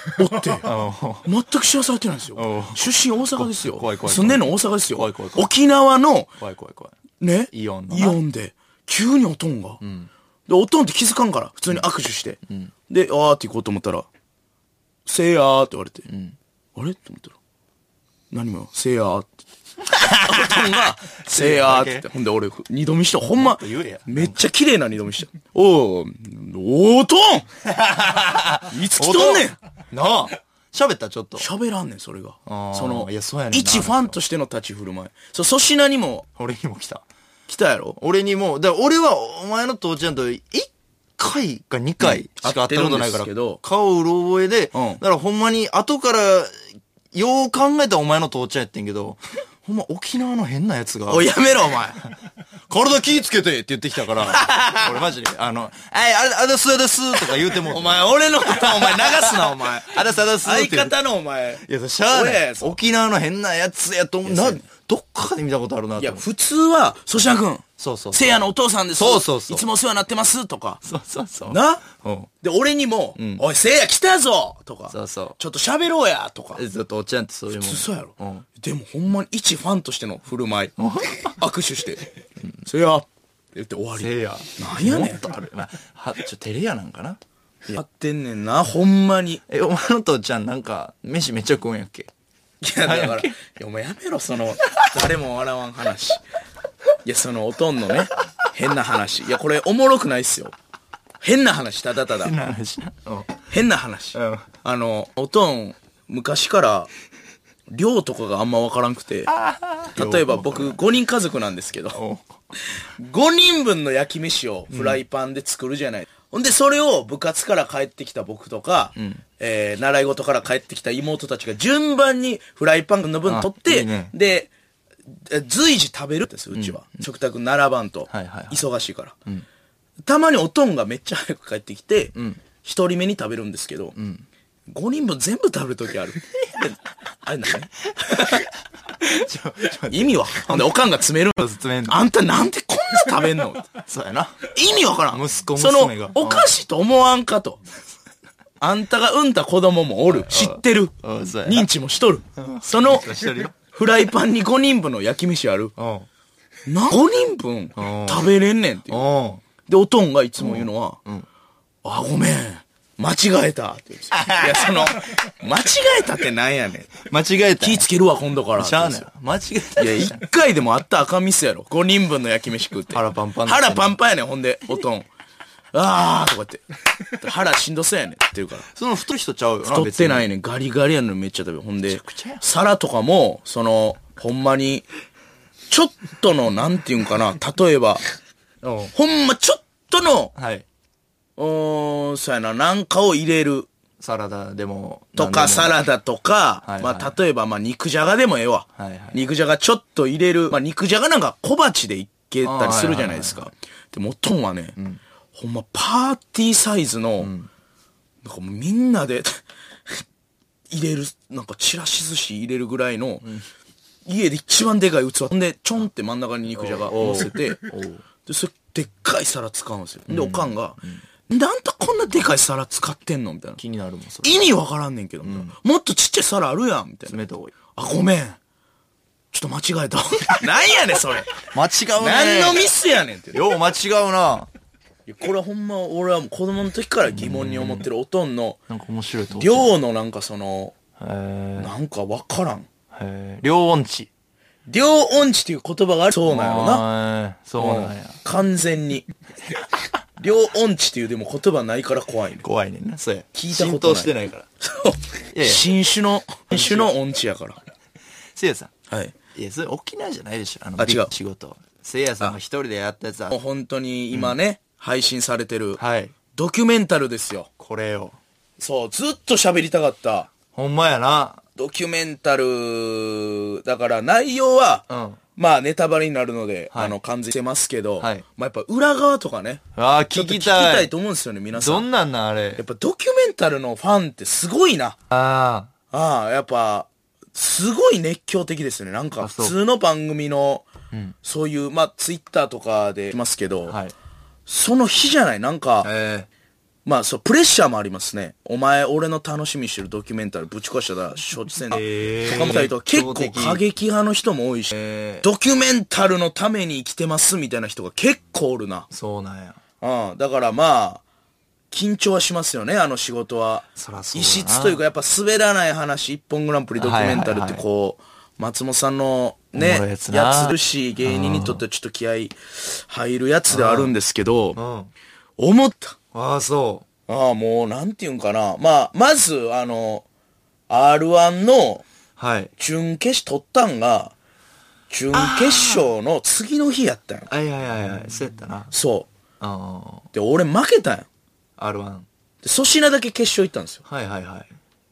全く知らされてないんですよ。出身大阪ですよ。 怖い怖い怖い住んでんの大阪ですよ。 怖い怖い怖い沖縄の、 怖い怖い怖いね、 イオンのイオンで、急におとんが、うん、で、おとんって気づかんから、普通に握手して、うん、で、あーって行こうと思ったら、せいやーって言われて、うん、あれって思ったら、何も、せいやーって。おとんが、せいやーって言って、ほんで俺、二度見した。ほんま、めっちゃ綺麗な二度見した。おー、おとんいつ来とんねんなあ喋ったちょっと。 喋らんねん、それが。その、 いや、そうやねん。 一ファンとしての立ち振る舞い。そう、粗品にも。 俺にも来た。 来たやろ俺にも。だから俺はお前の父ちゃんと一回か二回しか会ったことないから、顔うろ覚えで、うん、だからほんまに後から、よう考えたらお前の父ちゃんやってんけど、ほんま沖縄の変なやつが。 おい、やめろ、お前。 体気ぃつけてって言ってきたから、俺マジで、あの、えい、あれ、あだすあだすとか言うても。 お前、俺のことお前流すな、お前。 あだすあだすって。 相方のお前。 いや、しゃあない。沖縄の変なやつやと思う。な、どっかで見たことあるなと。 いや、普通は、粗品くん。 そうそう。 せいやのお父さんです。 そうそうそう。 いつもお世話になってますとか。 そうそうそう。 なうん。で、俺にも、うん、おい、せいや来たぞとか。 そうそう。 ちょっと喋ろうやとか。 ずっとおっちゃんってそういうもん。 普通そうやろ。うん。でもほんまに一ファンとしての振る舞い。握手して。せいやって言って終わり。 せいや。 なんやねん。 もっとある。まあ、は、ちょ、照れ屋なんかな。 やってんねんな、ほんまに。 え、お前の父ちゃんなんか、飯めっちゃ食うんやっけ？ いや、だから、いや、お前やめろ、その、誰も笑わん話。いや、その、おとんのね、変な話。いや、これ、おもろくないっすよ。変な話、ただただ。 変な話な。 うん。変な話。 うん。 あの、おとん、昔から、量とかがあんまわからんくて、例えば僕、ごにん家族なんですけど、ごにんぶんの焼き飯をフライパンで作るじゃない。うん、ほんで、それを部活から帰ってきた僕とか、うん、えー、習い事から帰ってきた妹たちが順番にフライパンの分取って、いいね、で、随時食べるんですよ、うちは。うん、食卓並ばんと、はいはいはい、忙しいから、うん。たまにおとんがめっちゃ早く帰ってきて、うん、ひとりめに食べるんですけど、うん、ごにんぶん全部食べるときある。あれ何意味はほんで、おかんが詰めるの。あんたなんでこんな食べんのそうやな。 意味わからん。 息子娘が。 その、おかしいと思わんかと。あんたが産んだ子供もおる。知ってる。認知もしとる。その、フライパンにごにんぶんの焼き飯ある。な、ごにんぶん食べれんねんっていう。で、おとんがいつも言うのは、あ、ごめん。間違えたって言うんですよ。いや、その、間違えたってなんやねん。 間違えた。 気つけるわ、今度から。 しゃあない。間違えた。 いや、一回でもあったらあかんミスやろ。ごにんぶんの焼き飯食って。 腹パンパン。 腹パンパンやねん、ほんで、おとん。あーとかって。腹しんどそうやねんって言ってるから。 その太い人ちゃうよな、 太ってないねん。ガリガリやのめっちゃ食べる。ほんで、皿とかも、その、ほんまに、ちょっとの、なんていうんかな、例えば、ほんまちょっとの、はい。 うーん、そうやな、なんかを入れる。 サラダでも。 とか、サラダとか、 はいはい、 まあ、例えば、まあ、肉じゃがでもええわ。 はいはい、 肉じゃがちょっと入れる。まあ、肉じゃがなんか小鉢でいけたりするじゃないですか。でも、おとんはね、うん、ほんま、パーティーサイズの、うん、なんかもうみんなで、入れる、なんか、ちらし寿司入れるぐらいの、うん、家で一番でかい器。ほんで、ちょんって真ん中に肉じゃが乗せて、で、それ、でっかい皿使うんですよ。で、うん、おかんが、うんなんであんたこんなでかい皿使ってんのみたいな。 気になるもん、それ。 意味わからんねんけど、うん、もっとちっちゃい皿あるやんみたいな。あ、ごめん。ちょっと間違えた。なんやねん、それ。 間違うね。 何のミスやねんって。 よう間違うな。 いやこれはほんま、俺はもう子供の時から疑問に思ってるおとんの、 なんか面白いと量のなんかその、なんかわからん。 へ量音痴。 量音痴っていう言葉があるそうなんやろな。 そうなんや。 完全に。両音痴っていうでも言葉ないから怖いね。 怖いねんな、そうや。 聞いたことない。 浸透してないから。 そう。いやいや新種の、新種の音痴やから。 せいやさん。 はい。 いや、それ沖縄じゃないでしょ、あの、 あ、違う。 仕事。せいやさんが一人でやったやつは。 もう本当に今ね、うん、配信されてる。 はい。 ドキュメンタルですよ。 これを。 そう、ずっと喋りたかった。 ほんまやな。 ドキュメンタル、だから内容は、うん。まあネタバレになるので、はい、あの、完全してますけど、はい、まあやっぱ裏側とかね。 ああ、聞きたい。聞きたいと思うんですよね、皆さん。 どんなんなんあれ。 やっぱドキュメンタルのファンってすごいな。 ああ。ああ、やっぱ、すごい熱狂的ですよね。なんか普通の番組の、そう,、うん、そういう、まあツイッターとかでいますけど、はい、その日じゃない、なんか、えーまあそう、プレッシャーもありますね。お前、俺の楽しみにしてるドキュメンタルぶち壊したら、承知せんとかもたりとか、結構過激派の人も多いし、ドキュメンタルのために生きてますみたいな人が結構おるな。 そうなんや。 うん。だからまあ、緊張はしますよね、あの仕事は。 そらそう異質というか、やっぱ滑らない話、一本グランプリドキュメンタルってこう、松本さんのね、やつやつるし、芸人にとってはちょっと気合入るやつではあるんですけど、うん、思った。 ああ、そう。 ああ、もう、なんていうんかな。まあ、まず、あの、アールワン の、はい。準決取ったんが、準決勝の次の日やったんよ。 はいはいはいはい。そうやったな。 そう。ああ。で、俺負けたんよ。 アールワン。 で、粗品だけ決勝行ったんですよ。 はいはいはい。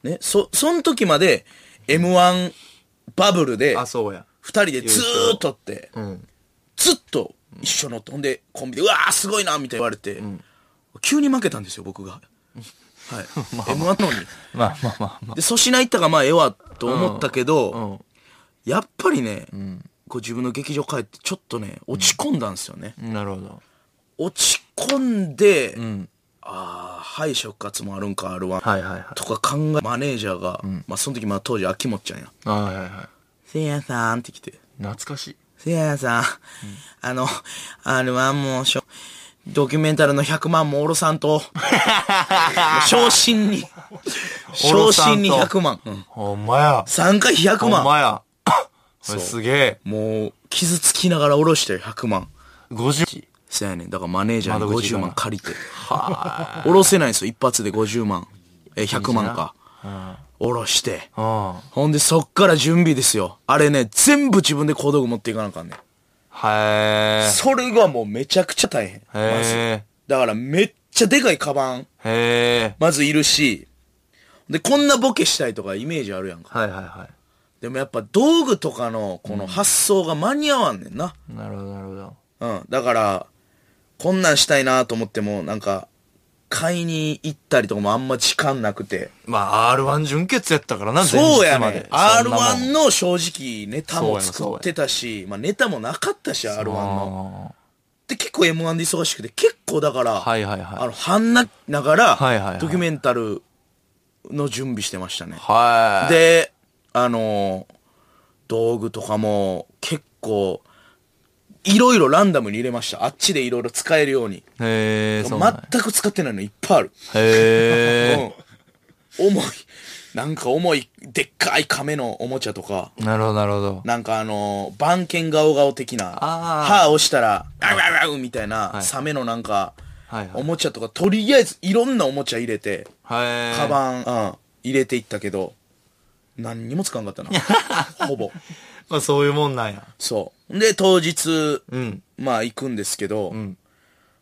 ね、そ、その時まで、エムワン バブルで、 あ、そうや。 二人でずーっとって、うん、ずっと一緒の、ほんで、コンビで、うわーすごいなみたいに言われて、うん急に負けたんですよ、僕が。はい。まあまあ、エムワン のに。 まあまあまあまあ。 で、粗品行ったがまあええわと思ったけど、うんうん、やっぱりね、うん、こう自分の劇場帰ってちょっとね、落ち込んだんですよね。 うん、なるほど。 落ち込んで、うん、ああ、敗者復活もあるんか、アールワン。はいはいはい。とか考え、マネージャーが、うん、まあその時まあ当時秋元ちゃんや。 はいはいはい。 せいやさんって来て。 懐かしい。 せいやさん、うん、あの、アールワン もしょ、ドキュメンタルのひゃくまんもおろさんと、昇進に、昇進にひゃくまん。うん、 ほんまや。 さんかいひゃくまん。 ほんまや。これすげえ。 もう、傷つきながらおろしてひゃくまん。 ごじゅう。 そうやねん。だからマネージャーにごじゅうまん借りて。はぁ。おろせないんですよ。一発でごじゅうまん。え、ひゃくまんか。おろして。ほんで、そっから準備ですよ。あれね、全部自分で小道具持っていかなあかんねん。 へー。 それがもうめちゃくちゃ大変。まず。だからめっちゃでかいカバン。へー。まずいるし。で、こんなボケしたいとかイメージあるやんか。 はいはいはい。 でもやっぱ道具とかのこの発想が間に合わんねんな。 うん、なるほどなるほど。 うん。だから、こんなんしたいなと思っても、なんか、買いに行ったりとかもあんま時間なくて。 まあ、アールワン 準決やったからな、 そうやね。アールワン の正直ネタも作ってたし、まあネタもなかったし、アールワン の。で、結構 エムワン で忙しくて、結構だから、はいはいはい。あの、半なながら、はいはいはい。ドキュメンタルの準備してましたね。はい。で、あの、道具とかも結構、いろいろランダムに入れました。あっちでいろいろ使えるように。へー、そうなんや。全く使ってないのいっぱいある。へー。うん。重い。なんか重い、でっかい亀のおもちゃとか。 なるほど、なるほど。 なんかあのー、番犬ガオガオ的な。歯押したら、ガウガウガウみたいな、はい、サメのなんか、はいはい、おもちゃとか、とりあえずいろんなおもちゃ入れて、カバン、うん、入れていったけど、何にも使わんかったな。ほぼ。 まあそういうもんなんや。 そう。で、当日、うん、まあ行くんですけど、うん、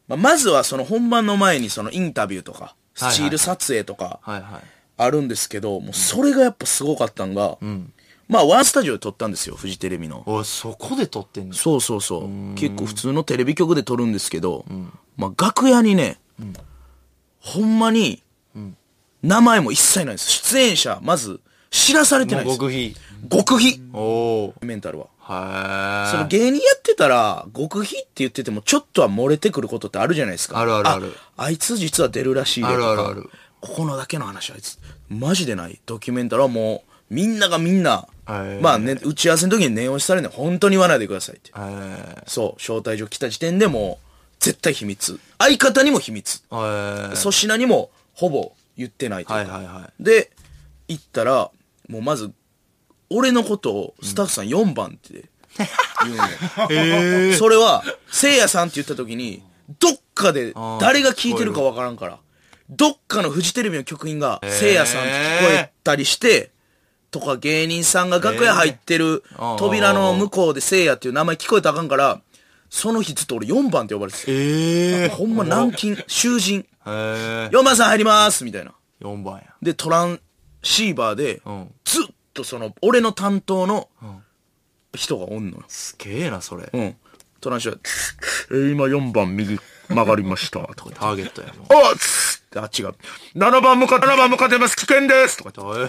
まあ、まずはその本番の前にそのインタビューとか、スチール撮影とか、 はいはい。 あるんですけど、もうそれがやっぱすごかったんが、うん、まあワンスタジオで撮ったんですよ、フジテレビの。 おそこで撮ってんの？ そうそうそう。結構普通のテレビ局で撮るんですけど、うん、まあ楽屋にね、うん、ほんまに、名前も一切ないんです。出演者、まず、知らされてないんです。 極秘。 極秘。 おー。 メンタルは。 はー。その芸人やってたら、極秘って言ってても、ちょっとは漏れてくることってあるじゃないですか。 あるあるある。 あ、あいつ実は出るらしいでとか。 あるあるある。 ここのだけの話あいつ。マジでない。ドキュメンタルはもう、みんながみんな、まあね、打ち合わせの時に念押しされるの本当に言わないでくださいって。そう、招待状来た時点でもう、絶対秘密。相方にも秘密。粗品にも、ほぼ言ってないというか。はいはいはい。で、行ったら、もうまず、俺のことをスタッフさんよんばんって言うのよ。へー。それは、せいやさんって言った時に、どっかで誰が聞いてるかわからんから、どっかのフジテレビの局員が、せいやさんって聞こえたりして、とか芸人さんが楽屋入ってる扉の向こうでせいやっていう名前聞こえたらあかんから、その日ずっと俺よんばんって呼ばれてて。えー、ほんま軟禁、囚人。よんばんさん入りまーすみたいな。 よんばんや。 で、トランシーバーで、ずっとその、俺の担当の人がおんのよ。 すげえな、それ。 うん。トランシーバー、えー、今よんばん右曲がりました。とかターゲットやもん。 あっつって、あ、違う。ななばん向かって、ななばん向かってます。危険です。とか言って。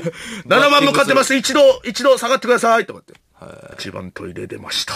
ななばん向かってます。一度、一度下がってください。とか言って。一番トイレ出ました。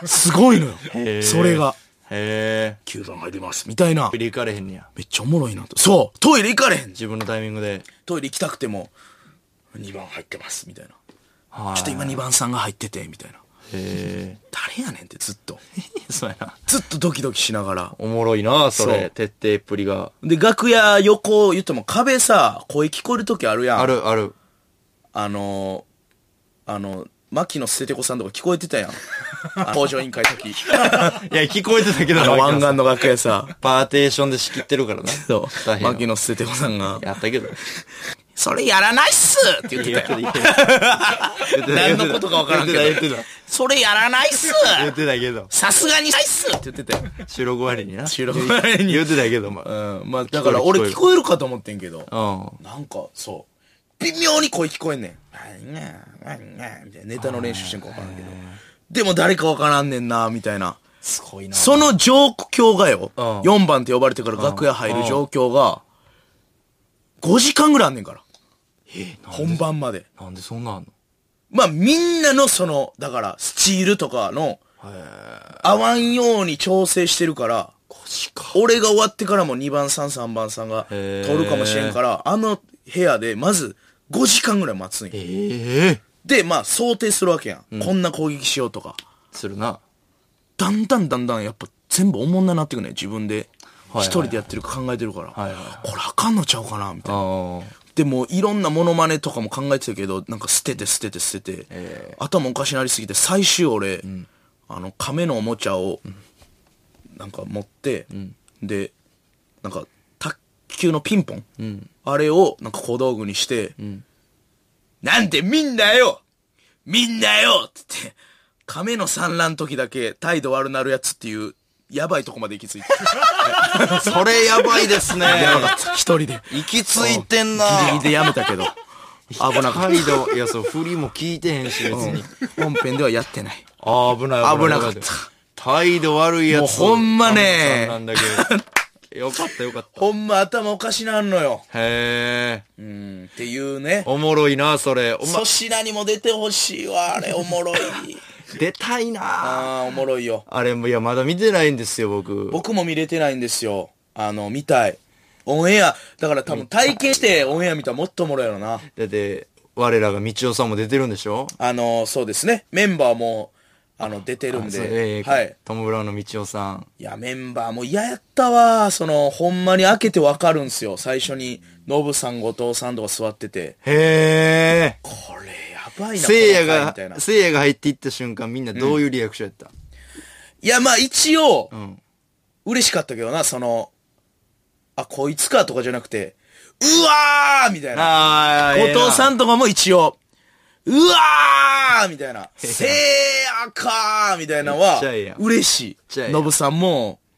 すごいのよ。それが。へえ。きゅうばん入ります。みたいな。 トイレ行かれへんねや。 めっちゃおもろいなと。そう。トイレ行かれへん。 自分のタイミングで。 トイレ行きたくても、にばん入ってます。みたいな。ちょっと今にばんさんが入ってて、みたいな。へえ。誰やねんってずっと。 そうやな。 ずっとドキドキしながら。 おもろいな、それ。徹底っぷりが。 で、楽屋横言っても壁さ、声聞こえるときあるやん。 あるある。 あの、あの、牧野捨ててこさんとか聞こえてたやん。工場委員会の時。いや、聞こえてたけどな。 湾岸の楽屋さ。 パーテーションで仕切ってるからな。 そう。牧野捨ててこさんが。 やったけど。 それやらないっすって言ってたよ。何のことかわからんけど。言ってた。それやらないっす言ってたけど。 さすがにないっすって言ってたよ。 収録終わりにな。 収録終わりに。 言ってたけど、まあ。うん。まあ、だから俺聞こえるかと思ってんけど。うん。なんか、そう。微妙に声聞こえんねん。みたいなネタの練習してんかわからんけど。でも誰かわからんねんな、みたいな。 すごいな。 その状況がよ。よんばんって呼ばれてから楽屋入る状況が、ごじかんぐらいあんねんから。 え、 本番まで。 なんでそんなあんの？ まあみんなのその、だからスチールとかの、合わんように調整してるから、 ごじか。 俺が終わってからもにばんさん、さんばんさんが撮るかもしれんから、あの部屋でまずごじかんぐらい待つんよ。 えで、まあ想定するわけやん。うん、こんな攻撃しようとか。 するな。 だんだんだんだんやっぱ全部おもんななってくね。自分で一人でやってるか考えてるから。はいはいはい、これあかんのちゃうかなみたいな。でもいろんなモノマネとかも考えてたけど、なんか捨てて捨てて捨てて、えー、頭おかしなりすぎて、最終俺、うん、あの亀のおもちゃをなんか持って、うん、でなんか卓球のピンポン、うん、あれをなんか小道具にして、うん、なんでみんなよみんなよって言って、亀の産卵の時だけ態度悪なるやつっていうやばいとこまで行き着いてそれやばいですね。 やばかった。一人で行き着いてんな。 ギリギリでやめたけど危なかった。 態度、いやそう振りも聞いてへんし別に、 うん、本編ではやってない。 ああ危ない危なかった。 態度悪いやつ。 もうほんまねなんだけどよかったよかった。 ほんま頭おかしなんのよ。 へえ。 うんっていうね。 おもろいなそれ。 粗品にも出てほしいわあれ。おもろい出たいなあ。あおもろいよ。 あれもいやまだ見てないんですよ僕。 僕も見れてないんですよ。あの見たい。オンエアだから多分体験してオンエア見たらもっとおもろいやろな。 だって我らが道夫さんも出てるんでしょ。 あのそうですね。メンバーもあの出てるんで、 えー、はいトム・ブラウンの道夫さん。 いやメンバーも嫌やったわ。そのほんまに開けてわかるんすよ。最初にノブさん後藤さんとか座ってて、 へえ。 これやばいな。 せいやがせいやが入っていった瞬間みんなどういうリアクションやった？うん、 いやまあ一応、うん、嬉しかったけどな。そのあこいつかとかじゃなくて、うわーみたいな。後藤さんとかも一応うわーみたいな。せーやかーみたいなのは、嬉しい。ノブさんも、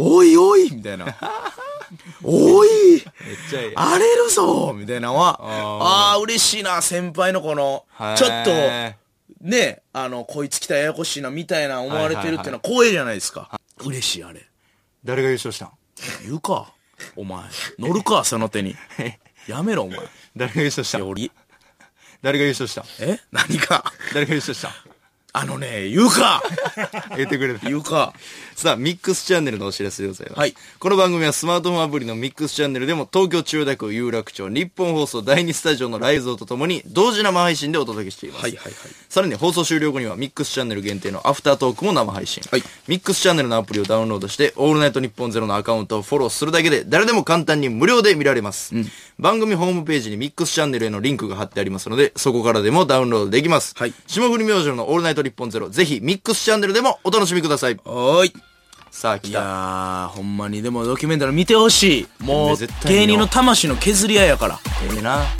おいおいみたいな。おいめっちゃいい。 荒れるぞみたいなのは、 あああー、嬉しいな、先輩のこの、 ーちょっと、ね、あの、こいつ来たらややこしいな、みたいな思われてるっていうのは光栄じゃないですか。嬉しい、あれ。 誰が優勝したん？ 言うか。お前。乗るか、その手に。やめろ、お前。 誰が優勝したん？ いや、俺、 誰が優勝したん？ え何か。 誰が優勝したん？ あのね、言うか言ってくれた。 言うか。 さあ、ミックスチャンネルのお知らせでございます。 はい。 この番組はスマートフォンアプリのミックスチャンネルでも東京千代田区有楽町日本放送だいにスタジオのライブ像とともに同時生配信でお届けしています。 はいはいはい。 さらに放送終了後にはミックスチャンネル限定のアフタートークも生配信。 はい。 ミックスチャンネルのアプリをダウンロードしてオールナイトニッポンゼロのアカウントをフォローするだけで誰でも簡単に無料で見られます。うん、番組ホームページにミックスチャンネルへのリンクが貼ってありますのでそこからでもダウンロードできます。 はい。 霜降り明星のオールナイトニッポンゼロぜひミックスチャンネルでもお楽しみください。 おーい。 さあ来た。 いやー、ほんまにでもドキュメンタリー見てほしい。もう絶対見よう芸人の魂の削り合いやから。 ええな。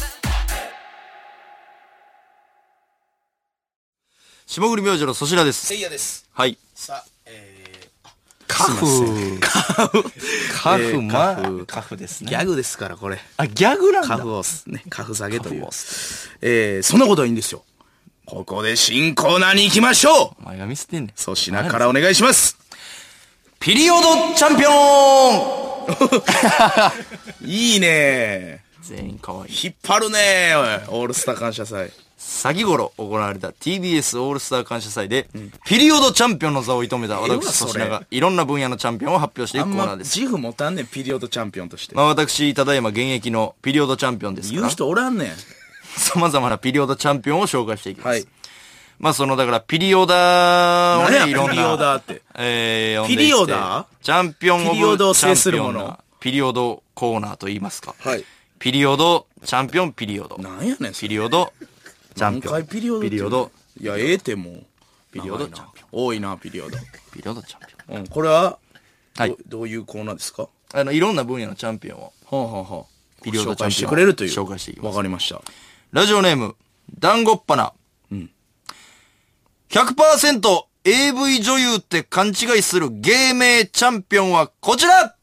霜降り明星の粗品です。 せいやです。 はい。 さあ、えー、 カフ。 カフ。 カフ、 えーまあカフカフですね。 ギャグですから、これ。 あ、ギャグなんだ。 カフをす、ね、カフ下げというカフを。 えー、そんなことはいいんですよ。ここで新コーナーに行きましょう。 お前が見捨てんねん。 粗品からお願いします。 ピリオドチャンピオンいいね全員可愛い。 引っ張るねおい、オールスター感謝祭。 先頃行われた ティービーエス オールスター感謝祭で、うん、ピリオドチャンピオンの座を射止めた私粗品がいろんな分野のチャンピオンを発表していくコーナーです。 あんま自負持たんねん、ピリオドチャンピオンとして。 まあ私、ただいま現役のピリオドチャンピオンですから。 言う人おらんねん。 様々なピリオドチャンピオンを紹介していきます。 はい。 まあその、だからピリオダーをね、いろんな。 ピリオダーって。 えー、 ピリオダーチャンピオンオブピリオドを制するチャンピオンなピリオドコーナーと言いますか。 はい。 ピリオド、チャンピオン、ピリオド。 なんやねん、 ピリオド、チャンピオン。 何回ピリオドピリオド。 いや、ええてもう。 ピリオドチャンピオン。多いな、ピリオド。 ピリオドチャンピオン。 うん、これは、 はいど。どういうコーナーですか？ あの、いろんな分野のチャンピオンを。 はあ、はあはあ、 ピリオドチャンピオン。 紹介してくれるという。 紹介していきます。 わかりました。 ラジオネーム、ダンゴッパナ。 うん。 ひゃくパーセント エーブイ 女優って勘違いする芸名チャンピオンはこちら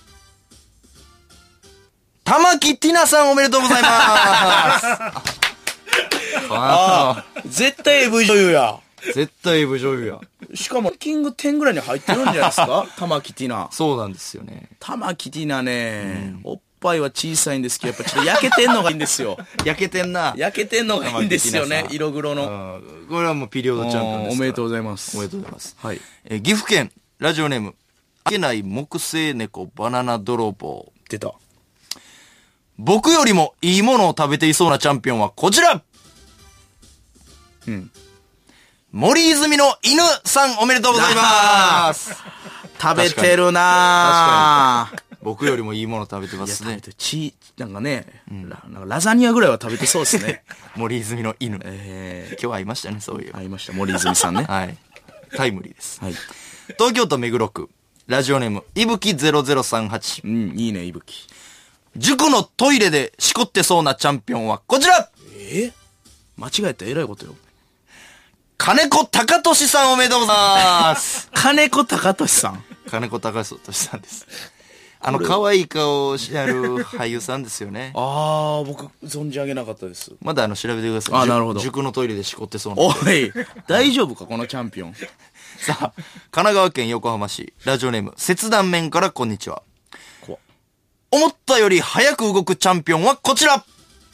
玉木ティナさんおめでとうございますああ、絶対 エーブイ 女優や。 絶対 エーブイ 女優や。 しかも、キングテンぐらいに入ってるんじゃないですか玉木ティナ。 そうなんですよね。 玉木ティナね、うん、おっぱいは小さいんですけど、やっぱちょっと焼けてんのがいいんですよ。 焼けてんな。 焼けてんのがいいんですよね、色黒の。 これはもうピリオドチャンピオンです。 おめでとうございます。 おめでとうございます。 はい。 えー、岐阜県、ラジオネーム、あけない木製猫バナナ泥棒。 出た。 僕よりもいいものを食べていそうなチャンピオンはこちらうん。 森泉の犬さんおめでとうございます。 食べてるなぁ。 確かに。僕よりもいいもの食べてますね。 チなんかね、うん、ラ, なんかラザニアぐらいは食べてそうですね。 森泉の犬。 えー、 今日会いましたね、そういう。 会いました、森泉さんね。 はい。タイムリーです。 はい。 東京都目黒区、ラジオネーム、いぶきゼロゼロさんはち。 うん、いいね、いぶき。 塾のトイレでしこってそうなチャンピオンはこちらえー、間違えたらえらいことよ。 金子隆俊さんおめでとうございます。 金子隆俊さん。 金子隆俊さんです。あの、可愛い顔をしてある俳優さんですよね。 ああ、僕、存じ上げなかったです。 まだあの、調べてください。 あ、なるほど。 塾のトイレでしこってそうな。 おい、大丈夫か、このチャンピオン。 さあ、神奈川県横浜市、ラジオネーム、切断面からこんにちは。 怖っ。 思ったより早く動くチャンピオンはこちら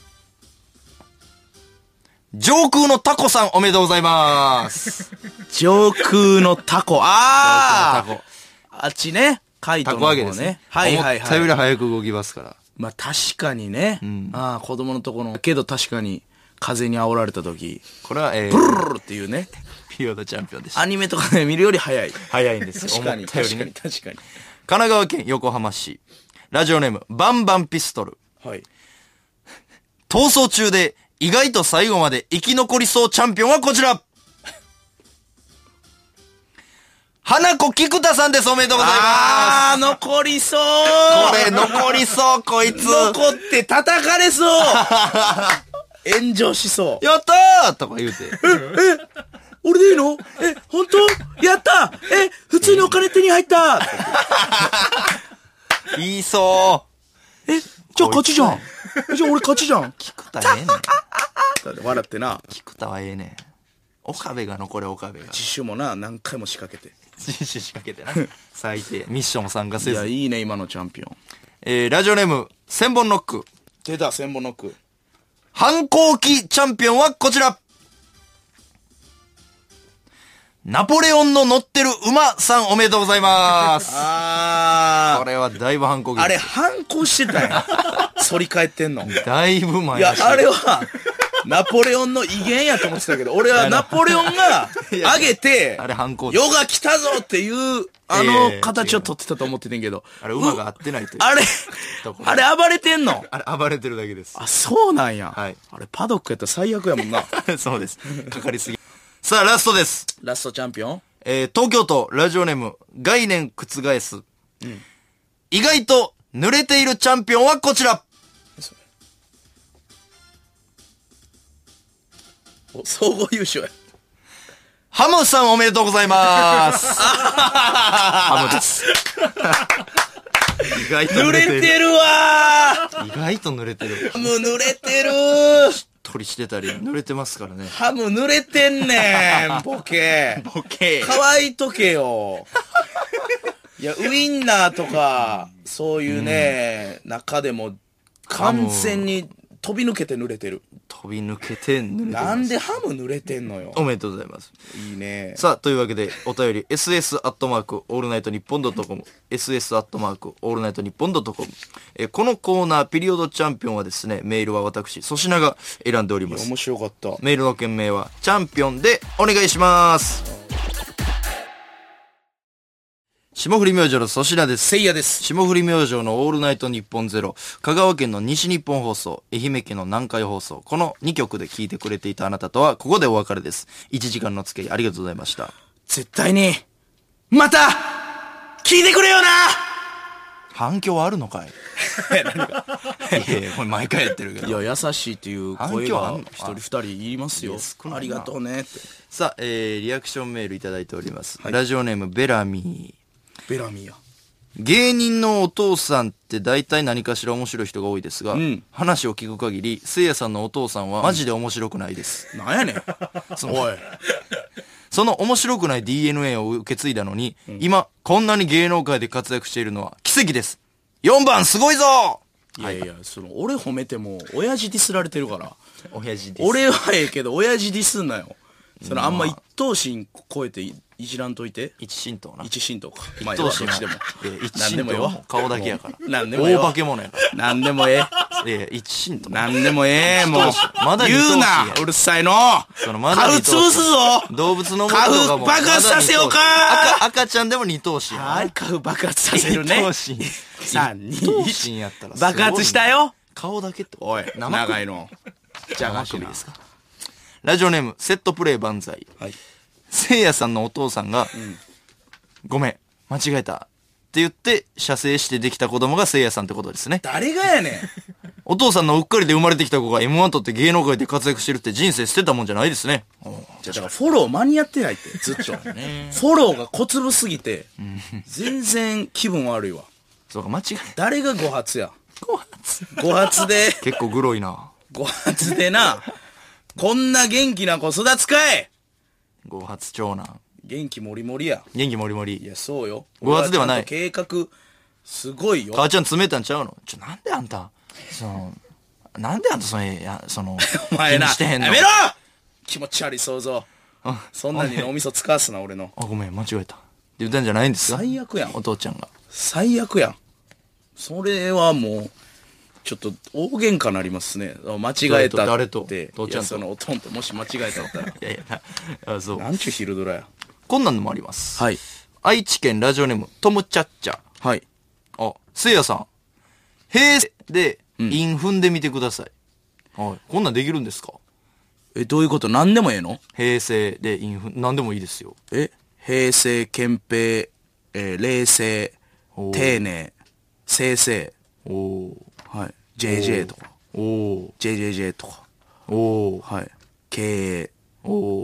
上空のタコさんおめでとうございます。 上空のタコ。ああ上空のタコ。 あっちね。カイトの方ね。 タコ揚げですね。 はいはいはい。 思ったより早く動きますから。 まあ確かにね。うん、ああ、子供のところの。けど確かに、風に煽られた時。 これは、えー、 ブルルルルっていうね。 ピリオドチャンピオンでした。 アニメとかで見るより早い。 早いんですよ。 確かに、 確かに、 確かに。神奈川県横浜市。ラジオネーム、バンバンピストル。 はい。 逃走中で、意外と最後まで生き残りそうチャンピオンはこちら花子菊田さんです。おめでとうございます。 あー、残りそう。 これ残りそう、こいつ。 残って叩かれそう。炎上しそう。 やったーとか言うて。 え、え、 俺でいいの？え、本当？やった！え、普通にお金手に入った！ 言いそう。 え、じゃあ勝ちじゃん。じゃあ俺勝ちじゃん。 菊田ええねん。 笑ってな。 菊田はええねん。岡部が残れ岡部が。 自首もな、何回も仕掛けて。 自首仕掛けてな。最低。ミッションも参加せず。 いや、いいね、今のチャンピオン。 えー、ラジオネーム、千本ノック。 出た、千本ノック。 反抗期チャンピオンはこちら。ナポレオンの乗ってる馬さんおめでとうございます。 あー。 これはだいぶ反抗期。 あれ、反抗してたんや。反り返ってんの。 だいぶ前。 いや、あれは、ナポレオンの威厳やと思ってたけど、俺はナポレオンが上げて、 あれ反抗期。 世が来たぞっていう、あの形を取ってたと思っててんけど。 あれ馬が合ってないという。 あれ、あれ暴れてんの？ あれ暴れてるだけです。 あ、そうなんや。 はい。 あれパドックやったら最悪やもんな。 そうです。かかりすぎ。さあ、ラストです。 ラストチャンピオン？ えー、東京都ラジオネーム、概念覆す。うん。意外と濡れているチャンピオンはこちら。 お、総合優勝や。 ハムさんおめでとうございます。ハムです。意外と濡れてる。 濡れてるわー。意外と濡れてる。 ハム濡れてるー。 しっとりしてたり、濡れてますからね。 ハム濡れてんねん、ボケ。 ボケ。 乾いとけよ。いや、ウインナーとか、そういうね、うん、中でも、完全に飛び抜けて濡れてる。 飛び抜けて濡れてます。 なんでハム濡れてんのよ。 おめでとうございます。 いいね。 さあ、というわけで、お便り、エスエス アットマーク、オールナイトニッポンドットコム、エスエス アットマーク、オールナイトニッポンドットコム。え、このコーナー、ピリオドチャンピオンはですね、メールは私、粗品が選んでおります。 面白かった。 メールの件名は、チャンピオンでお願いします。霜降り明星の粗品です。 せいやです。 霜降り明星のオールナイト日本ゼロ、香川県の西日本放送、愛媛県の南海放送、このにきょくで聞いてくれていたあなたとは、ここでお別れです。いちじかんの付き合いありがとうございました。 絶対に、また、聞いてくれよな。 反響あるのかい。いやいや、これ毎回やってるけど。 いや、優しいっていう声が一人二人言いますよ。ありがとうねって。 さあ、えー、リアクションメールいただいております。はい、ラジオネームベラミー。 ベラミーや。 芸人のお父さんって大体何かしら面白い人が多いですが、うん、話を聞く限り、せいやさんのお父さんはマジで面白くないです。 うん、なんやねん。そのおい。 その面白くない ディーエヌエー を受け継いだのに、うん、今、こんなに芸能界で活躍しているのは奇跡です。よんばんすごいぞ。 いやいや、その、俺褒めても、親父ディスられてるから。 親父ディス。 俺はええけど、親父ディスんなよ。その、あんま一等身超えていじらんといて。 一神道な。 一神道か。 一等身でも。一神道は顔だけやから。 なんでもええ。 大化け物やから。 なんでもええ。いや、一神道。 なんでもええ、もう。 まだ言うな、うるさいの。 そのまだ買う潰すぞ。 動物のも買う爆発させようか。 赤、赤ちゃんでも二等身や。 はい、買う爆発させるね。 二等身。 三、二、 一。やったら爆発したよ。 顔だけって。 おい、長いの。 じゃあ、首ですか。ラジオネーム、セットプレイ万歳。はい。せいやさんのお父さんが、うん、ごめん、間違えた。って言って、射精してできた子供がせいやさんってことですね。 誰がやねん。 お父さんのうっかりで生まれてきた子が エムワン 取って芸能界で活躍してるって人生捨てたもんじゃないですね。 じゃあ、だからフォロー間に合ってないって、ずっと。ね、フォローが小粒すぎて、全然気分悪いわ。 そうか、間違え誰がご発や。 ご発ご発で。 結構グロいな。 ご発でな。こんな元気な子育つかい。 ご発長男。 元気もりもりや。 元気もりもり。 いや、そうよ。 ご発ではない。 計画、すごいよ。 母ちゃん詰めたんちゃうの。ちょ、なんであんた、その、なんであんたその、や、その、 お前な、 気にしてへんの。 やめろ気持ち悪い想像。そんなに脳みそ使わすな、俺の。 あ、ごめん、間違えた。って言ったんじゃないんですか。 最悪やん。 お父ちゃんが。 最悪やん。それはもう、ちょっと大喧嘩なりますね。間違えたって。 誰と父ちゃんと。 そのおとんともし間違えたったら。いやいや、あ、そう。 なんちゅう昼ドラや。 こんなんのもあります。 はい。 愛知県ラジオネーム、トムチャッチャ。 はい。 あ、せいやさん。平成で、イン踏んでみてください。うん、はい。こんなんできるんですか？ え、どういうこと？何でもええの？ 平成でイン踏ん、何でもいいですよ。 え？平成、憲兵、えー、冷静、丁寧、正々。 おー。 はい。ジェイジェイ とか。 おー。 ジェイジェイジェイ とか。 おー。 はい。経営。 おー。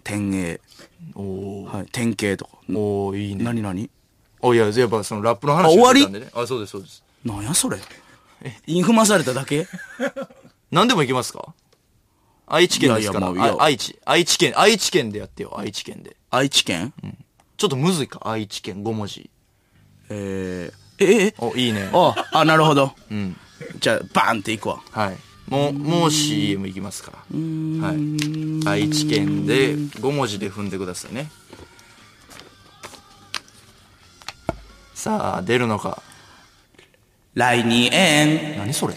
天影。 おー。 はい。典型とか。 おー、いいね。 何何お、いや、やっぱそのラップの話あ終わりしてたんでね。あ、そうです、そうです。 なんやそれ。インフマされただけ何でもいけますか？愛知県ですから。 いやいやもういやあ愛知。愛知県、愛知県でやってよ、愛知県で。 愛知県、 うん、ちょっとむずいか、愛知県ご文字。 えー、ええお、いいね。 あ、あ、なるほど。 うん。 じゃあ、バーンっていくわ。 はい。もう、もう シーエム いきますから。はい。愛知県でご文字で踏んでくださいね。さあ、出るのか。 来年。 何それ。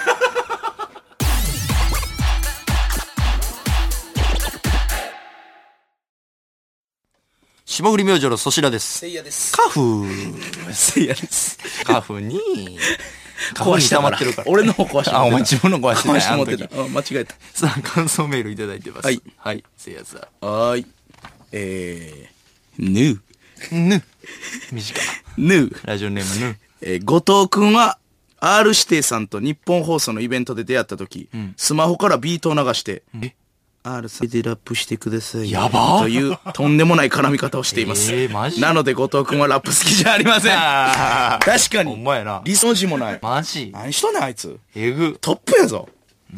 霜降り明星の粗品です。 せいやです。 カフー。 せいやです。 カフに、 壊したから。 溜まってるから。 俺の方壊してあ、お前自分の壊してない。 壊して持ってた。あ、間違えた。 さあ、感想メールいただいてます。 はい。 はい、せいやさん。 はーい。えー、ぬ。 ぬ。短い。 ぬ。 ラジオネームぬ。 えー、後藤くんは、R 指定さんと日本放送のイベントで出会った時、うん、スマホからビートを流して、え R さんでラップしてください。 やばという、とんでもない絡み方をしています。 えー、マジなので後藤くんはラップ好きじゃありません。確かに。 ほんまやな。 理想字もない。 マジ何しとんねん、あいつ。 えぐ。 トップやぞ。 うん。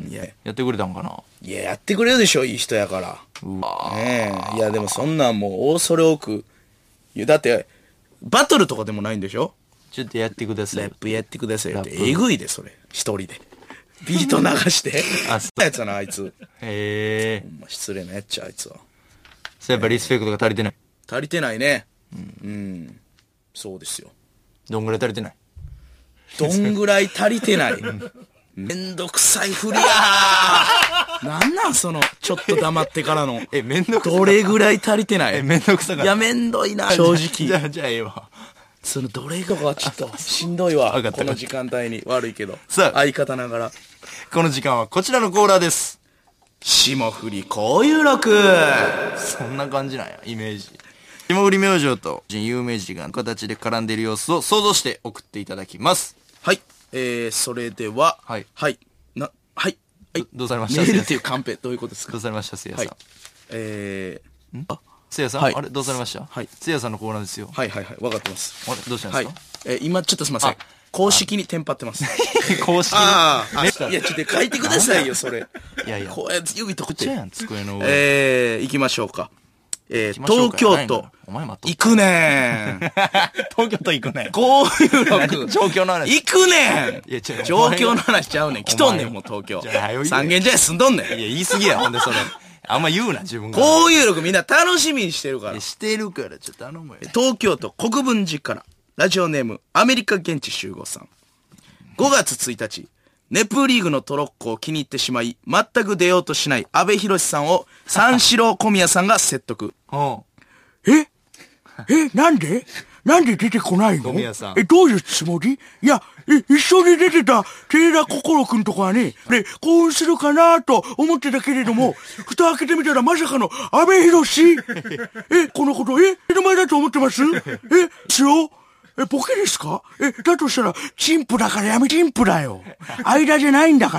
いや、やってくれたんかな。 いや、やってくれるでしょ、いい人やから。 うわねえ。いや、でもそんなんもう、恐れ多く。いや、だって、バトルとかでもないんでしょ？ ちょっとやってください。 ラップやってくださいって。えぐいで、それ。一人で。ビート流して。あ、そうやつやな、あいつ。 へえ。 ほんま失礼なやっちゃ、あいつは。 それやっぱリスペクトが足りてない。 足りてないね。うん。うん。そうですよ。 どんぐらい足りてない？ どんぐらい足りてない。めんどくさいふりやー。なんなんその、ちょっと黙ってからの。 え、めんどくさい。 どれぐらい足りてない？ え、めんどくさかった。 いや、めんどいな、正直。 じゃあ、じゃあええわ。 その、どれかがちょっと、しんどいわ。この時間帯に。悪いけど。 さあ、 相方ながら。 この時間はこちらのコーナーです。 霜降り交友録。 そんな感じなんや、イメージ。霜降り明星と有名人が形で絡んでいる様子を想像して送っていただきます。 はい。えー、それでは、 はい。 はい。な、はい。はい。 ど, どうされました？ メールっていうカンペ、どういうことですか？ どうされましたせいやさん。はい、 えー、んあせいやさん、はい、あれどうされました？はい。せいやさんのコーナーですよ。 はいはいはい。分かってます。 あれどうしたんですか？ はい。えー、今ちょっとすいません。公式にテンパってます。 公式に。 ああ、いや、ちょっと書いてくださいよ、それ。 いやいや。 こうやって指とくって。 やん、机の上。 えー、行きましょうか。えー、東京都。 お前待っと行くねん。 東京都行くねん。 こういうの状況の話。 行くねん。 いや、違う。 状況の話ちゃうねん。来とんねん、もう東京。三軒茶屋住んどんねん。いや、言い過ぎや、ほんでそれ。あんま言うな、自分が。 こういうのみんな楽しみにしてるから。 してるから、ちょっと頼むよ。 東京都国分寺から、ラジオネーム、アメリカ現地集合さん。ごがつついたち、ネプリーグのトロッコを気に入ってしまい、全く出ようとしない阿部寛さんを三四郎小宮さんが説得。ええなんでなんで出てこないの？ 小宮さん。 え、どういうつもり？いや、え、一緒に出てた、寺田心くんとかはね、で、興奮するかなと思ってたけれども、蓋開けてみたらまさかの阿部寛え、このこと、え、目の前だと思ってます？え、しようえ、ボケですか？え、だとしたら、チンプだからやめチンプだよ。間じゃないんだから。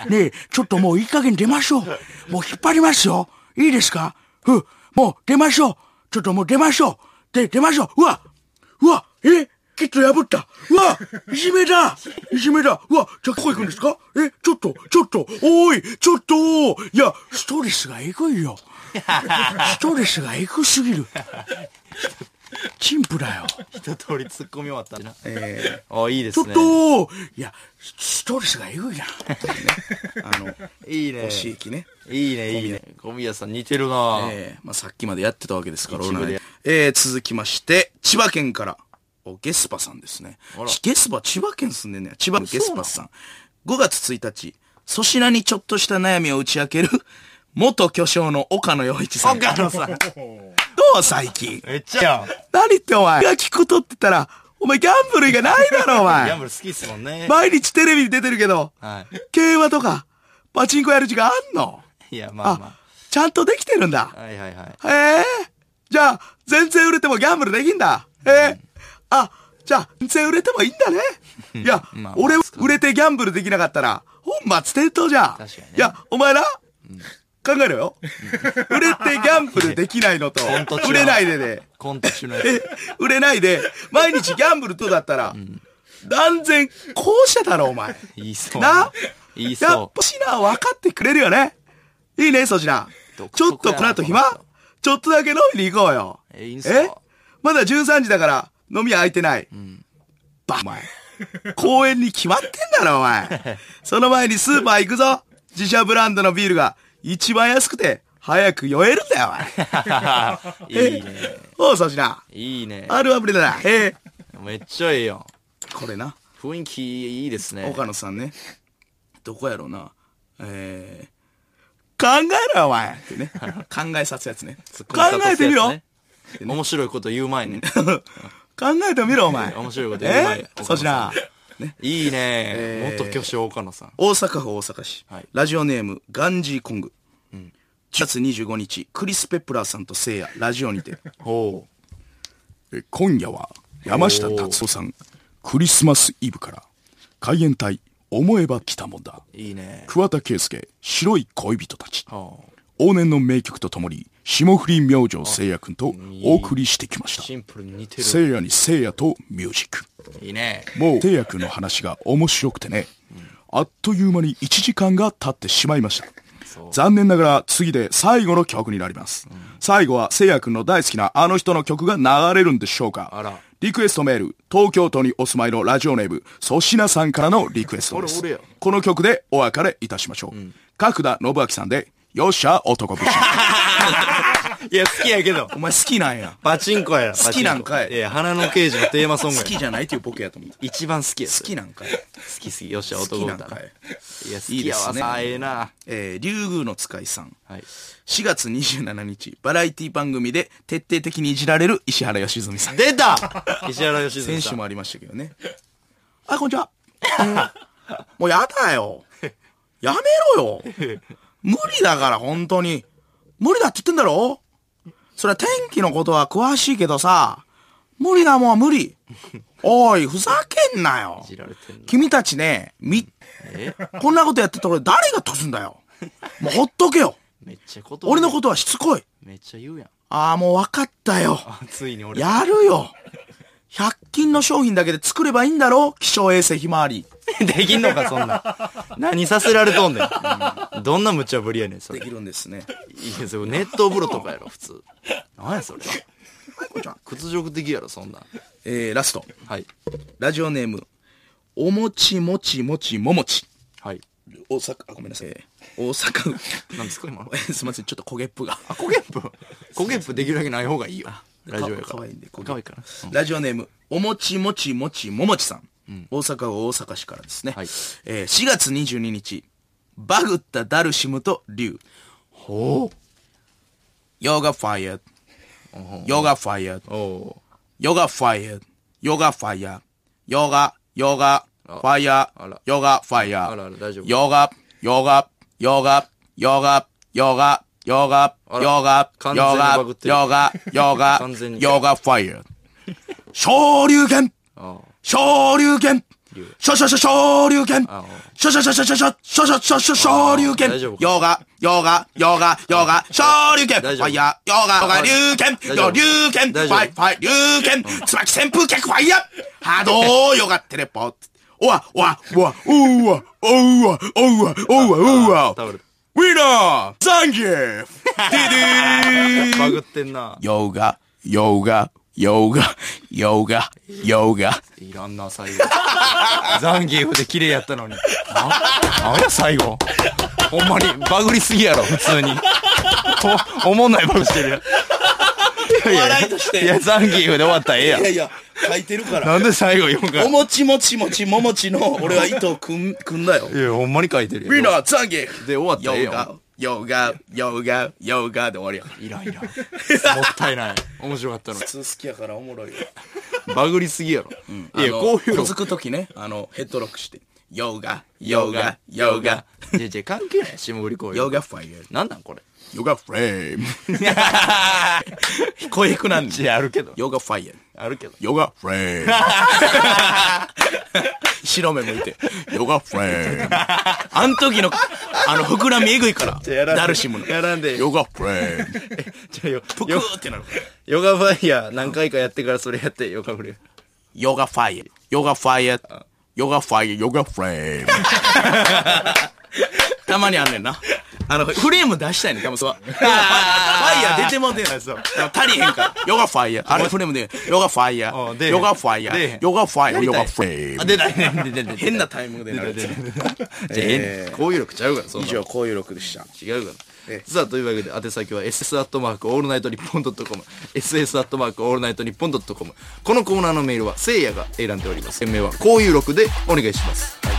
ねえ、ちょっともういい加減出ましょう。もう引っ張りますよ。いいですか？ふう、もう出ましょう。ちょっともう出ましょう。で、出ましょう。うわうわえキット破ったうわいじめだいじめだうわじゃあどこ行くんですかえちょっと、ちょっと、おいちょっといや、ストレスがえぐいよ。ストレスがえぐすぎる。チンプだよ。 一通り突っ込み終わったな。 ええー、あ、いいですね。 ちょっといや、ストレスがえぐいな。あの、 いいね。 欲しいきね。 いいね、いいね。小宮さん似てるなええー、まあ、さっきまでやってたわけですから、俺ね。えー、続きまして、千葉県から、お、ゲスパさんですね。ゲスパ、千葉県住んでんねん。千葉のゲスパさん。ごがつついたち、粗品にちょっとした悩みを打ち明ける、元巨匠の岡野陽一さん。 岡野さん。 どう最近。 めっちゃやん。 何ってお前。が聞くことって言ったら、お前ギャンブルがないだろ、お前。 ギャンブル好きっすもんね。 毎日テレビに出てるけど、はい、競馬とか、パチンコやる時間あんの？ いや、まあまあ。 あ、ちゃんとできてるんだ。 はいはいはい。 へえ。じゃあ、全然売れてもギャンブルできんだ。へえ。うん、あ、じゃあ、全然売れてもいいんだね。いや、まあまあ俺、売れてギャンブルできなかったら、本末転倒じゃん。確かにね。いや、お前な、うん、 考えろよ。売れてギャンブルできないのと、売れないでで、 コント中のやつ。売れないで、毎日ギャンブルとだったら、うん、断然後者だろ、お前。 いいそう。 な、 いいそう。 やっぱしな、分かってくれるよね。いいね、そちら。ちょっとこの後暇ちょっとだけ飲みに行こうよ。 え、いいんすか？ えまだじゅうさんじだから、飲み屋空いてない。うん、ば、お前。公園に決まってんだろ、お前。その前にスーパー行くぞ。自社ブランドのビールが一番安くて、早く酔えるんだよ、 お前。いいね。 おう、そちら。 いいね。 あるアプリだな。ええ。めっちゃええやん。 これな。 雰囲気いいですね。 岡野さんね。どこやろうな。えー、考えろよ、お前。ってね。考えさすやつね。考えてみろ。 ね、面白いこと言う前に。 考えてみろ、お前。 面白いこと言う前に。 そちら。 ね、いいね、えー、元巨匠岡野さん。 大阪府大阪市、はい、ラジオネームガンジーコング、うん、じゅうがつにじゅうごにちクリス・ペプラーさんとせいやラジオにてほうえ今夜は山下達郎さんクリスマスイブから海援隊思えば来たもんだいいね桑田佳祐白い恋人たち往年の名曲とともに霜降り明星せいやくんとお送りしてきました。 シンプルに似てる。 せいやにせいやとミュージック。 いいね。 もうせいやくんの話が面白くてね、うん、あっという間にいちじかんが経ってしまいました。残念ながら次で最後の曲になります。うん、最後はせいやくんの大好きなあの人の曲が流れるんでしょうか。 あら。 リクエストメール、東京都にお住まいのラジオネーム、粗品さんからのリクエストです。 俺俺この曲でお別れいたしましょう。うん、角田信明さんで、よっしゃ男節。 いや、好きやけど。 お前好きなんや。 パチンコや。 好きなんかい。 いや、花の刑事のテーマソングや。 好きじゃないっていうボケやと思った。 一番好きや。 好きなんかい。 好き好き。よっしゃ男歌。好きなんかい。いや、好きやわさ。ええな。 えー、竜宮の使いさん。 はい。 しがつにじゅうしちにち、バラエティ番組で徹底的にいじられる石原良純さん。 出た石原良純さん。 先週もありましたけどね。あ、こんにちは。もうやだよ。やめろよ。無理だから、本当に。無理だって言ってんだろ？それは天気のことは詳しいけどさ、無理だもん無理。おい、ふざけんなよ。君たちね、み、こんなことやってたら誰が閉すんだよ。もうほっとけよ。 めっちゃこと俺のことはしつこい。 めっちゃ言うやん。 ああ、もう分かったよ。 ついに俺。 やるよ。ひゃく均の商品だけで作ればいいんだろ？気象衛星ひまわり。 できんのか、そんな。何させられとんねん。うん、どんな無茶ぶりやねん、それ。 できるんですね。 いや、それ、熱湯風呂とかやろ、普通。何や、それ。屈辱的やろ、そんな。 えー、ラスト。 はい。 ラジオネーム、おもちもちもちももち。 はい。 大阪、あ、ごめんなさい。大阪府。何ですか、今の。 すいません、ちょっと焦げっぷが。 あ、焦げっぷ焦げっぷできるだけない方がいいよ。ラジオやから。 かわいいんで、 かわいいから。 うん、ラジオネーム、おもちもちもちももちさん。うん、大阪府大阪市からですね。はい。えー、しがつにじゅうににち、バグったダルシムと竜。 ほう。 ヨガファイヤー。ヨガファイヤー。ヨガファイヤー。ヨガファイヤー。ヨガ、ヨガ、ファイヤー。ヨガファイヤー。ヨガ、ヨガ、ヨガ、ヨガ、ヨガ、ヨガ、ヨガ、ヨガ、ヨガ、ヨガ、ヨガ、ヨガファイヤー。昇竜拳昇竜拳しょしょしょ昇竜拳しょしょしょしょしょしょしょしょしょしょ昇竜拳ヨガ、ヨガ、ヨガ、ヨガ、昇竜拳ファイヤー、ヨガ、ヨガ、竜拳ヨ竜拳ファイ、ファイ、竜拳椿旋風脚ファイヤー波動ヨガテレポートおわ、おわ、おわ、おわ、おわ、おわ、おわ、おわウィナーザンギフディディーバグってんなヨガ、ヨガ、ヨガ、ヨガ、ヨガ。 いらんな、最後。ザンギエフで綺麗やったのに。あ、なんや、最後。ほんまに、バグりすぎやろ、普通に。お、おもんないバグしてるやん。 笑いとして。 いや、ザンギエフで終わったらええやん。 いやいや、書いてるから。 なんで最後読むか。 おもちもちもちももちの、俺は糸組ん、組んだよ。 いや、ほんまに書いてるよ。 ウィナー、ザンギエフで終わったらええやん。 ヨガ、ヨガ、ヨガで終わりや。 いらんいらん。もったいない。面白かったの。 普通好きやからおもろいよ。 バグりすぎやろ。 うん、いや、こういうの。続くときね、あの、ヘッドロックして。ヨガ、ヨガ、ヨガ。 じゃじゃ関係ない。霜降り公園。 ヨガファイヤー。 なんなんこれ。 ヨガフレーム。声くなんで。 あるけど。 ヨガファイヤー。 あるけど。 ヨガフレーム。 白目向いて、ヨガフレンド。あん時の、あの、膨らみえぐいから、ダルシムの。 やらんで。 ヨガフレンド。 じゃあよ、 ぷくーってなる。 ヨガファイヤー何回かやってからそれやって、ヨガフレ。 ヨガファイヤー。ヨガファイヤー。ヨガファイヤー、ヨガフレーム。たまにあんねんな。あの、フレーム出したいねん、多分そう。ファイヤー出てもうてんないそう。足りへんから。ヨガファイヤー。あれフレームで、ヨガファイヤー。ヨガファイヤー。ヨガファイヤー。ヨガフレーム。 出ないね。出ない。 変なタイミングでなる。 じゃあ、こういう力ちゃうから、そんな。 以上、こういう力でした。 違うから。さあ、というわけで、宛先は エスエス アットマークオールナイトニッポンドットコム、エスエス アットマークオールナイトニッポンドットコム。このコーナーのメールは、せいやが選んでおります。件名は、こういう力でお願いします。はい。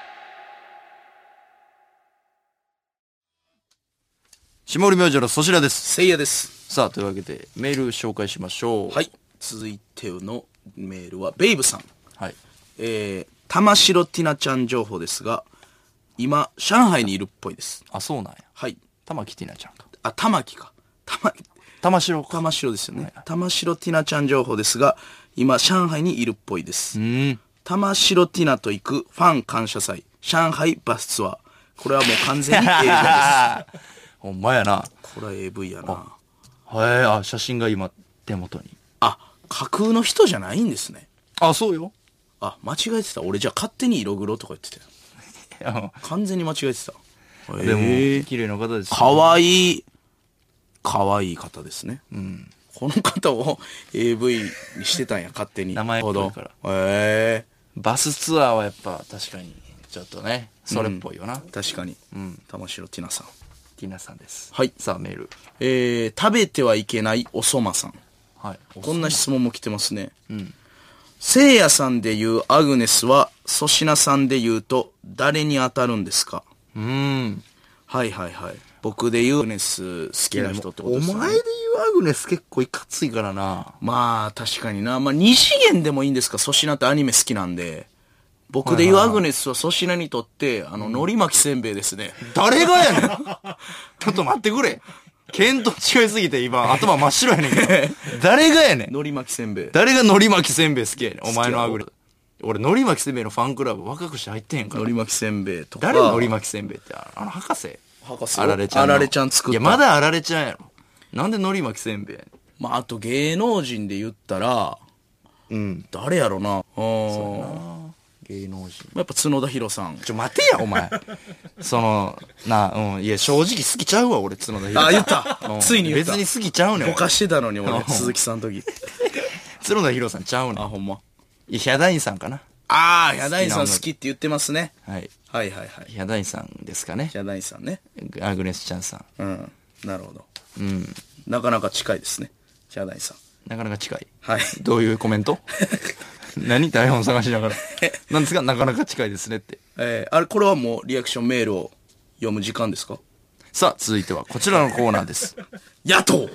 下り明星のそちらです。 せいやです。 さあ、というわけで、メール紹介しましょう。 はい。続いてのメールは、ベイブさん。 はい。 えー、玉城ティナちゃん情報ですが、今、上海にいるっぽいです。 あ、そうなんや。 はい。 玉木ティナちゃんか。 あ、玉木か。玉、 玉城か。 玉城ですよね。はいはい、玉城ティナちゃん情報ですが、今、上海にいるっぽいです。 うん。 玉城ティナと行くファン感謝祭、上海バスツアー。これはもう完全に映画です。 ほんまやな。 これは エーブイ やな。 へえ、あ、写真が今、手元に。 あ、架空の人じゃないんですね。 あ、そうよ。 あ、間違えてた。俺じゃあ勝手に色黒とか言ってたよ。完全に間違えてた。 でも、綺麗な方です、ね。 かわいい、かわいい方ですね。 うん。 この方を エーブイ にしてたんや、勝手に。 名前っぽいから。 へえ。 バスツアーはやっぱ確かに、ちょっとね、それっぽいよな。うん、 確かに。 うん。 玉城ティナさん。 ティナさんです。 はい。 さあ、メール。 えー、食べてはいけないおそまさん。 はい。 こんな質問も来てますね。 うん。 せいやさんで言うアグネスは、粗品さんで言うと、誰に当たるんですか？ うーん。 はいはいはい。僕で言うアグネス好きな人ってことですね。 お前で言うアグネス結構いかついからな。 まあ確かにな。まあ二次元でもいいんですか？粗品ってアニメ好きなんで。僕で言うアグネスは粗品にとって、あの、海苔巻きせんべいですね。 誰がやねんちょっと待ってくれ。見当違いすぎて今、頭真っ白やねんけど。誰がやねん海苔巻きせんべい。 誰が海苔巻きせんべい好きやねん。お前のアグネス。俺、海苔巻きせんべいのファンクラブ若くして入ってへんから。 海苔巻きせんべいとか。 誰の海苔巻きせんべいって、あの、博士。 博士。 あられちゃん。 あられちゃん作った。 いや、まだあられちゃんやろ。なんで海苔巻きせんべいやねん。 まあ、あと芸能人で言ったら、 うん。 誰やろな。あ芸能人。 やっぱ角田博さん。 ちょ、待てや、お前。その、な、うん。いや、正直好きちゃうわ、俺、角田博さん。 あ、言った。ついに言った。 別に好きちゃうねん。 ぼかしてたのに、俺、鈴木さんの時。 角田博さんちゃうねん。 あ、ほんま。 いや、ヒャダインさんかな。 ああ、ヒャダインさん好きって言ってますね。 はい。 はいはいはい。 ヒャダインさんですかね。 ヒャダインさんね。 アグネスちゃんさん。 うん。なるほど。 うん。 なかなか近いですね。ヒャダインさん。 なかなか近い。 はい。 どういうコメント何台本探しながら。なんですかなかなか近いですねって。 えー、あれ、これはもうリアクションメールを読む時間ですか？ さあ、続いてはこちらのコーナーです。 野党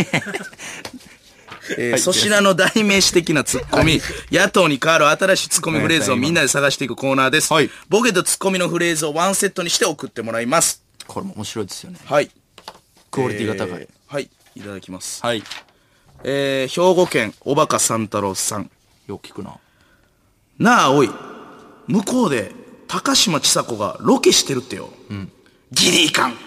えー、粗品の代名詞的なツッコミ、野党に代わる新しいツッコミフレーズをみんなで探していくコーナーです。はい。ボケとツッコミのフレーズをワンセットにして送ってもらいます。 これも面白いですよね。 はい。 クオリティが高い。 えー、はい。いただきます。 はい。 えー、兵庫県、おばか三太郎さん。 よく聞くな。 なあ、おい。向こうで、高嶋ちさ子がロケしてるってよ。うん。ギリいかん。ギ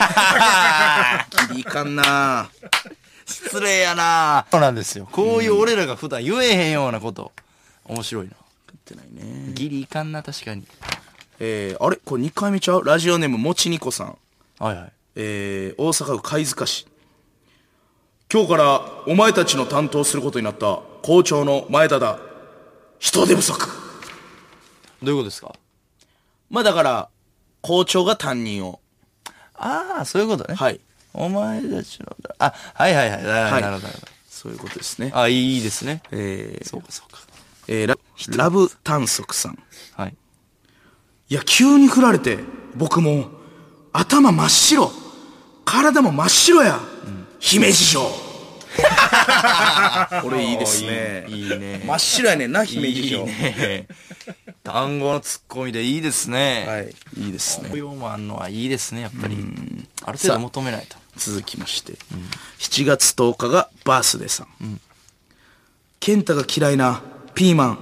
リいかんな失礼やなそうなんですよ。こういう俺らが普段言えへんようなこと。面白いな。 言ってないね。 ギリいかんな、確かに。 えー、あれこれにかいめちゃう？ラジオネームもちにこさん。 はいはい。 えー、大阪府貝塚市。今日からお前たちの担当することになった校長の前田だ。人手不足。 どういうことですか？ まあだから、校長が担任を。 ああ、そういうことね。 はい。 お前たちの、あ、はいはいはい。はい、なるほどなるほど。 そういうことですね。 あ、いいですね。 えー、 そうかそうか。 えー、ラ、ラブ短足さん。 はい。 いや、急に振られて、僕も、頭真っ白。体も真っ白や。うん、姫路城。これいいですね。 いい、いいね。 真っ白やねんな、姫路城。 いいね。単語のツッコミでいいですね。 はい。いいですね。 応用もあんのはいいですね、やっぱり。ある程度求めないと。 続きまして、うん、しちがつとおかがバースデーさん。うん、ケンタが嫌いなピーマン、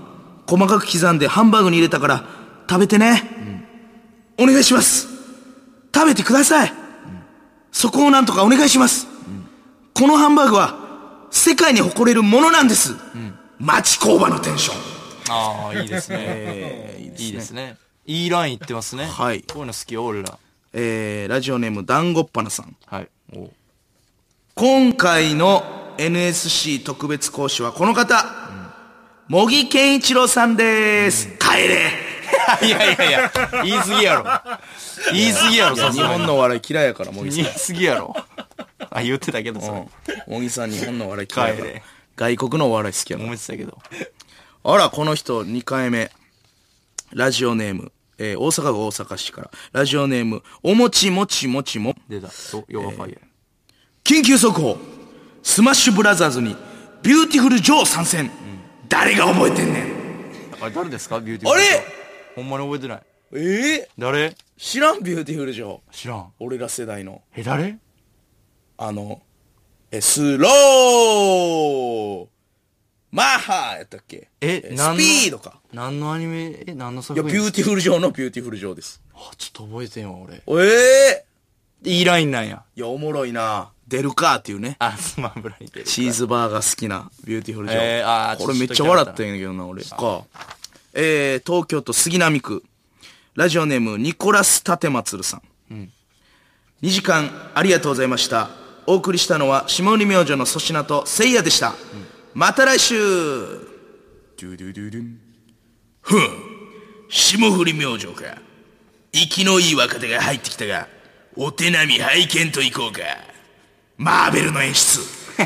細かく刻んでハンバーグに入れたから食べてね、うん、お願いします。食べてください、うん、そこをなんとかお願いします、うん、このハンバーグは世界に誇れるものなんです、うん、町工場のテンション。 ああいいですね、えー、いいですね、いいですね。いいラインいってますね。 はい、 こういうの好きよ俺ら。 えー、ラジオネーム団子っぱなさん。 はい。お今回の エヌエスシー 特別講師はこの方、うん、茂木健一郎さんです、うん、帰れいやいやいや言い過ぎやろ言い過ぎやろ。 日本のお笑い嫌いやから茂木さん。 言い過ぎやろあ言ってたけどさ、 茂木さん日本のお笑い嫌いやから外国のお笑い好きやな思ってたけど。 あらこの人にかいめ。ラジオネーム、えー、大阪府大阪市からラジオネームおもちもちもちも出た。そうヨガファイヤー、 緊急速報、スマッシュブラザーズにビューティフルジョー参戦、うん、誰が覚えてんねん。 あれ誰ですかビューティフルジョー。あれほんまに覚えてない。 えー、 誰知らん。ビューティフルジョー知らん。 俺ら世代の。 え誰あのえスローマッハやったっけ。 えスピードか。 何のアニメ。え何の作品。 いやビューティフルジョーのビューティフルジョーです。 あちょっと覚えてんわ俺。 ええー、いいラインなんや。 いやおもろいな。出るかっていうね。 あスマブラに出るか。 チーズバーガー好きなビューティフルジョー、えー、 あこれめっちゃ笑ったんやけどな俺か。えー、東京都杉並区ラジオネームニコラス立松さん、うん、にじかんありがとうございました。お送りしたのは霜降り明星の粗品とせいやでした、うん、また来週。ドゥドゥドゥドゥン。ふん、霜降り明星か。息のいい若手が入ってきたがお手並み拝見といこうか。マーベルの演出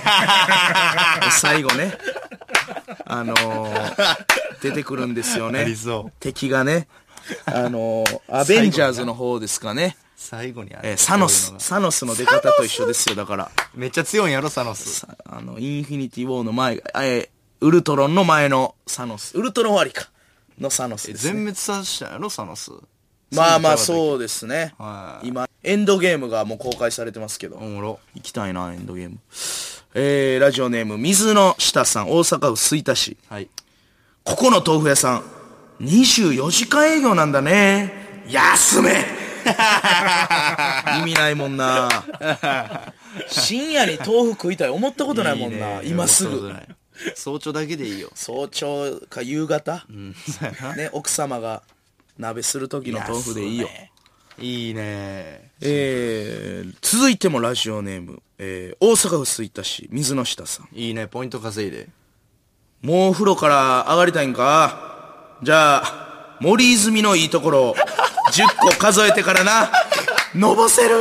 最後ねあのー、出てくるんですよね。 ありそう。 敵がねあのー、アベンジャーズの方ですかね。 最後にある、 えー、サノスサノスの出方と一緒ですよ。だからめっちゃ強いんやろサノス。 あのインフィニティウォーの前、えー、ウルトロンの前のサノス。ウルトロン終わりかのサノスですね。 全滅させたんやろサノス。 まあまあそうですね。今エンドゲームがもう公開されてますけど、おもろ行きたいなエンドゲーム。えー、ラジオネーム水の下さん、大阪府吹田市、はい、ここの豆腐屋さんにじゅうよじかん営業なんだね。休め意味ないもんな深夜に豆腐食いたい思ったことないもんな。いいね、今すぐ早朝だけでいいよ。 早朝か夕方、うん、ね、奥様が鍋する時の豆腐でいいよ。 いいね。 えー、続いてもラジオネーム、えー、大阪府吹田市水の下さん。 いいね、ポイント稼いで。 もう風呂から上がりたいんか。じゃあ森泉のいいところをじゅっこ数えてからなのぼせる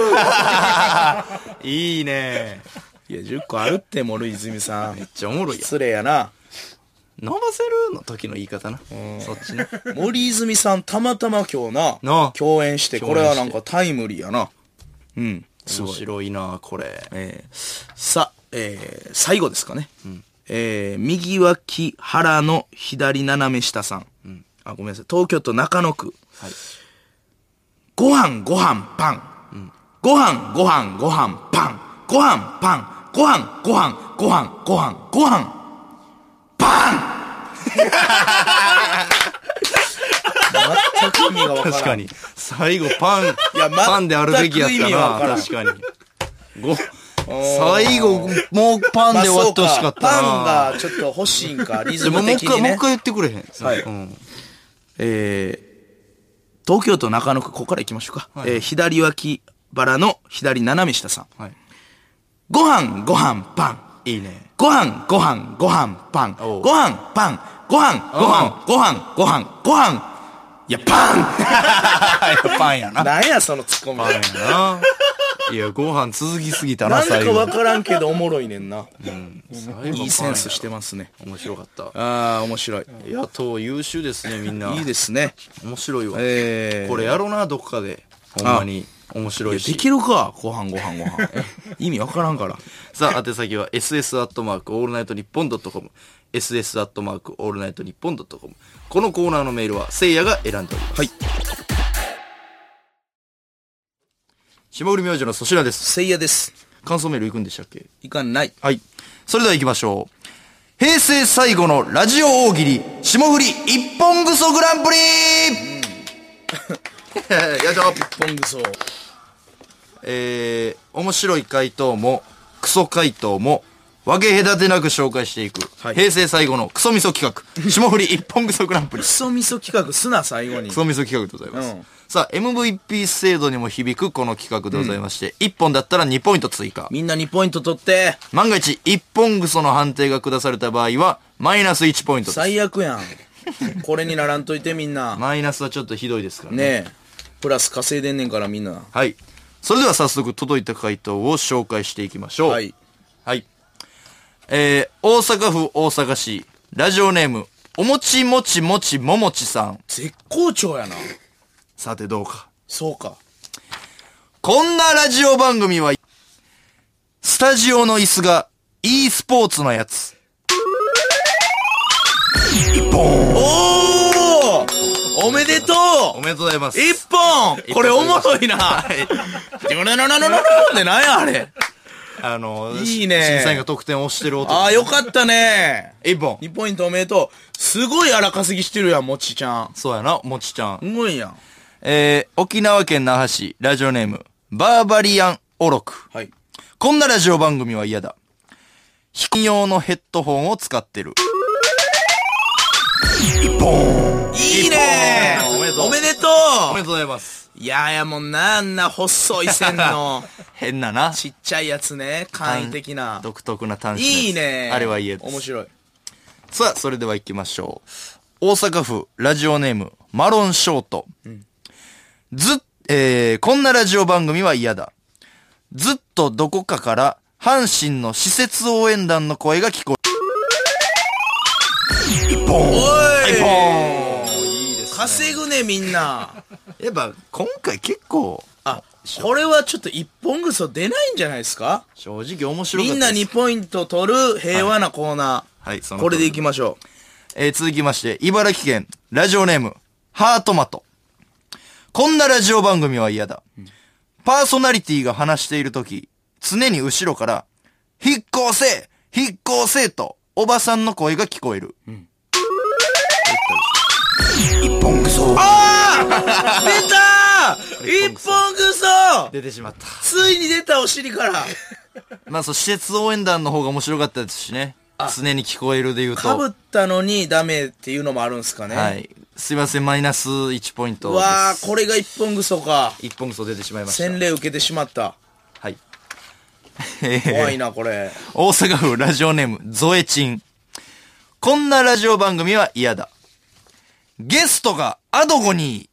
いいね。 いやじゅっこあるって森泉さん。 めっちゃおもろいやん。 失礼やな。 のぼせるの時の言い方な、うん、そっちね。 森泉さんたまたま今日な共演して、これはなんかタイムリーやな。うん、 すごい面白いなこれ。 えー、さ、えー、最後ですかね、うん、えー、右脇腹の左斜め下さん、うん、あごめんなさい、東京都中野区、はい、ご飯ご飯パン、うん、ご飯ご飯ご飯パン、ご飯パン、ご飯ご飯ご飯ご飯ご飯パン全く意味が分からん。 確かに最後パン、いや、ま、パンであるべきやったな。確かにご最後もうパンで終わってほしかったな。 まあ、パンがちょっと欲しいんかリズム的にね。 もう一回もう一回言ってくれへん。 はい、うん、えー、東京都中野区、ここから行きましょうか、はい、えー、左脇腹の左斜め下さん、はい、ご飯ご飯パン。 いいね。 ご飯ご飯ご飯パン、ご飯パン、ご飯ご飯ご飯ご飯ご飯、いやパンいやパンやな。 なんやそのツッコミ。 パンやな。いやご飯続きすぎたな。 なんか分からんけどおもろいねんな、うん、いいセンスしてますね。 面白かった。 ああ面白い。 野党優秀ですねみんな。 いいですね。 面白いわ、 えー、 これやろうなどっかで。ほんまに面白いし。 いできるか。ご飯ご飯ご飯意味わからんから。 さあ宛先は エスエス アットマークオールナイトニッポンドットコム エスエス アットマークオールナイトニッポンドットコム。このコーナーのメールはせいやが選んでおります。はい。霜降り明星の粗品です。 せいやです。 感想メール行くんでしたっけ。 行かない。 はい。それでは行きましょう。 平成最後のラジオ大喜利、霜降り一本ぐそグランプリよいしょ。 一本ぐそ。 えー、面白い回答も、クソ回答も、分け隔てなく紹介していく、はい、平成最後のクソ味噌企画、霜降り一本ぐそグランプリ。 クソ味噌企画すな、最後に。 クソ味噌企画でございます。うん、さあ、エムブイピー 制度にも響くこの企画でございまして、うん、いっぽんだったらにポイント追加。 みんなにポイント取って。 万が一、一本ぐその判定が下された場合は、マイナスいちポイントです。 最悪やん。これにならんといてみんな。 マイナスはちょっとひどいですからね。 ねえ。プラス稼いでんねんからみんな。 はい。それでは早速届いた回答を紹介していきましょう。はい。はい。えー、大阪府大阪市、ラジオネーム、おもちもちもちももちさん。 絶好調やな。 さてどうか。 そうか。 こんなラジオ番組は、スタジオの椅子が e スポーツのやつ。一本。 おーおめでとうおめでとうございます。 一本これおもろいな。はい。ジュララララララって何やあれ。 あの、 いいね。 審査員が得点を押してる音。 ああ、よかったね。 一本。 にポイントおめでとう。すごい荒稼ぎしてるやん、もちちゃん。 そうやな、もちちゃん。 すごいやん。 えー、沖縄県那覇市、ラジオネーム、バーバリアンオロク。 はい。 こんなラジオ番組は嫌だ。弾く用のヘッドホンを使ってる。一本。 いいねおめでとう。 おめでとうおめでとうございます。 いややもんな、あんな細い線の。 変なな。 ちっちゃいやつね。簡易的な。 独特な端子。 いいね。 あれは家です。 面白い。 さあ、それでは行きましょう。大阪府、ラジオネーム、マロンショート。うん、ず、えー、こんなラジオ番組は嫌だ。ずっとどこかから、阪神の施設応援団の声が聞こえる。一本。 おい一本。いいですね。 稼ぐね、みんな。 やっぱ、今回結構、 あ、これはちょっと一本ぐそ出ないんじゃないですか？ 正直面白かったです。 みんなにポイント取る平和なコーナー。はい、はい、そのこれでいきましょう。 えー、続きまして、茨城県、ラジオネーム、ハートマト。こんなラジオ番組は嫌だ。うん、パーソナリティが話しているとき、常に後ろから、引っ越せ引っ越せと、おばさんの声が聞こえる。うん、一本ぐそ。 ああ出たー一本ぐそ出てしまった。 ついに出たお尻から。 まあそう、施設応援団の方が面白かったですしね。常に聞こえるで言うと。 被ったのにダメっていうのもあるんすかね。 はい。すいません、マイナスいちポイントです。 うわー、これが一本ぐそか。 一本ぐそ出てしまいました。 洗礼受けてしまった。 はい。 怖いな、これ。 大阪府ラジオネーム、ゾエチン。こんなラジオ番組は嫌だ。ゲストがアドゴニ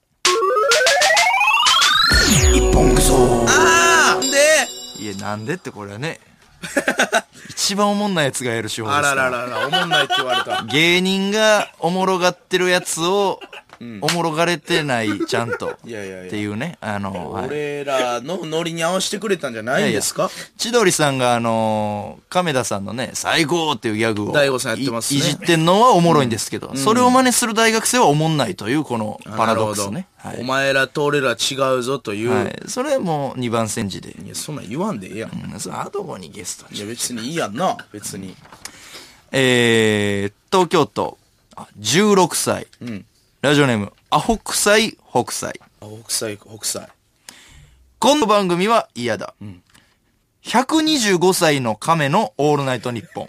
ー。一本ぐそ。 あーなんでいや、なんでってこれはね。一番おもんないやつがやる手法ですから。 あらららら、おもんないって言われた。 芸人がおもろがってるやつを、うん、おもろがれてない、ちゃんと。いやいやいや。っていうね。あの、 俺らのノリに合わせてくれたんじゃないんですか？いやいや千鳥さんがあの、亀田さんのね、最高っていうギャグを。 大悟さんやってますね。 いじってんのはおもろいんですけど、うん、それを真似する大学生はおもんないという、このパラドックスね。 はい、お前らと俺ら違うぞという。はい。 それもうにばん煎じで。 いや、そんなん言わんでええやん。 うん、それアドゴにゲストに。 いや、別にいいやんな、別に。 えー、東京都、じゅうろくさい。うん。ラジオネーム、アホ臭い北斎。 アホ臭い北斎。 この番組は嫌だ。うん。ひゃくにじゅうごさいの亀のオールナイトニッポン。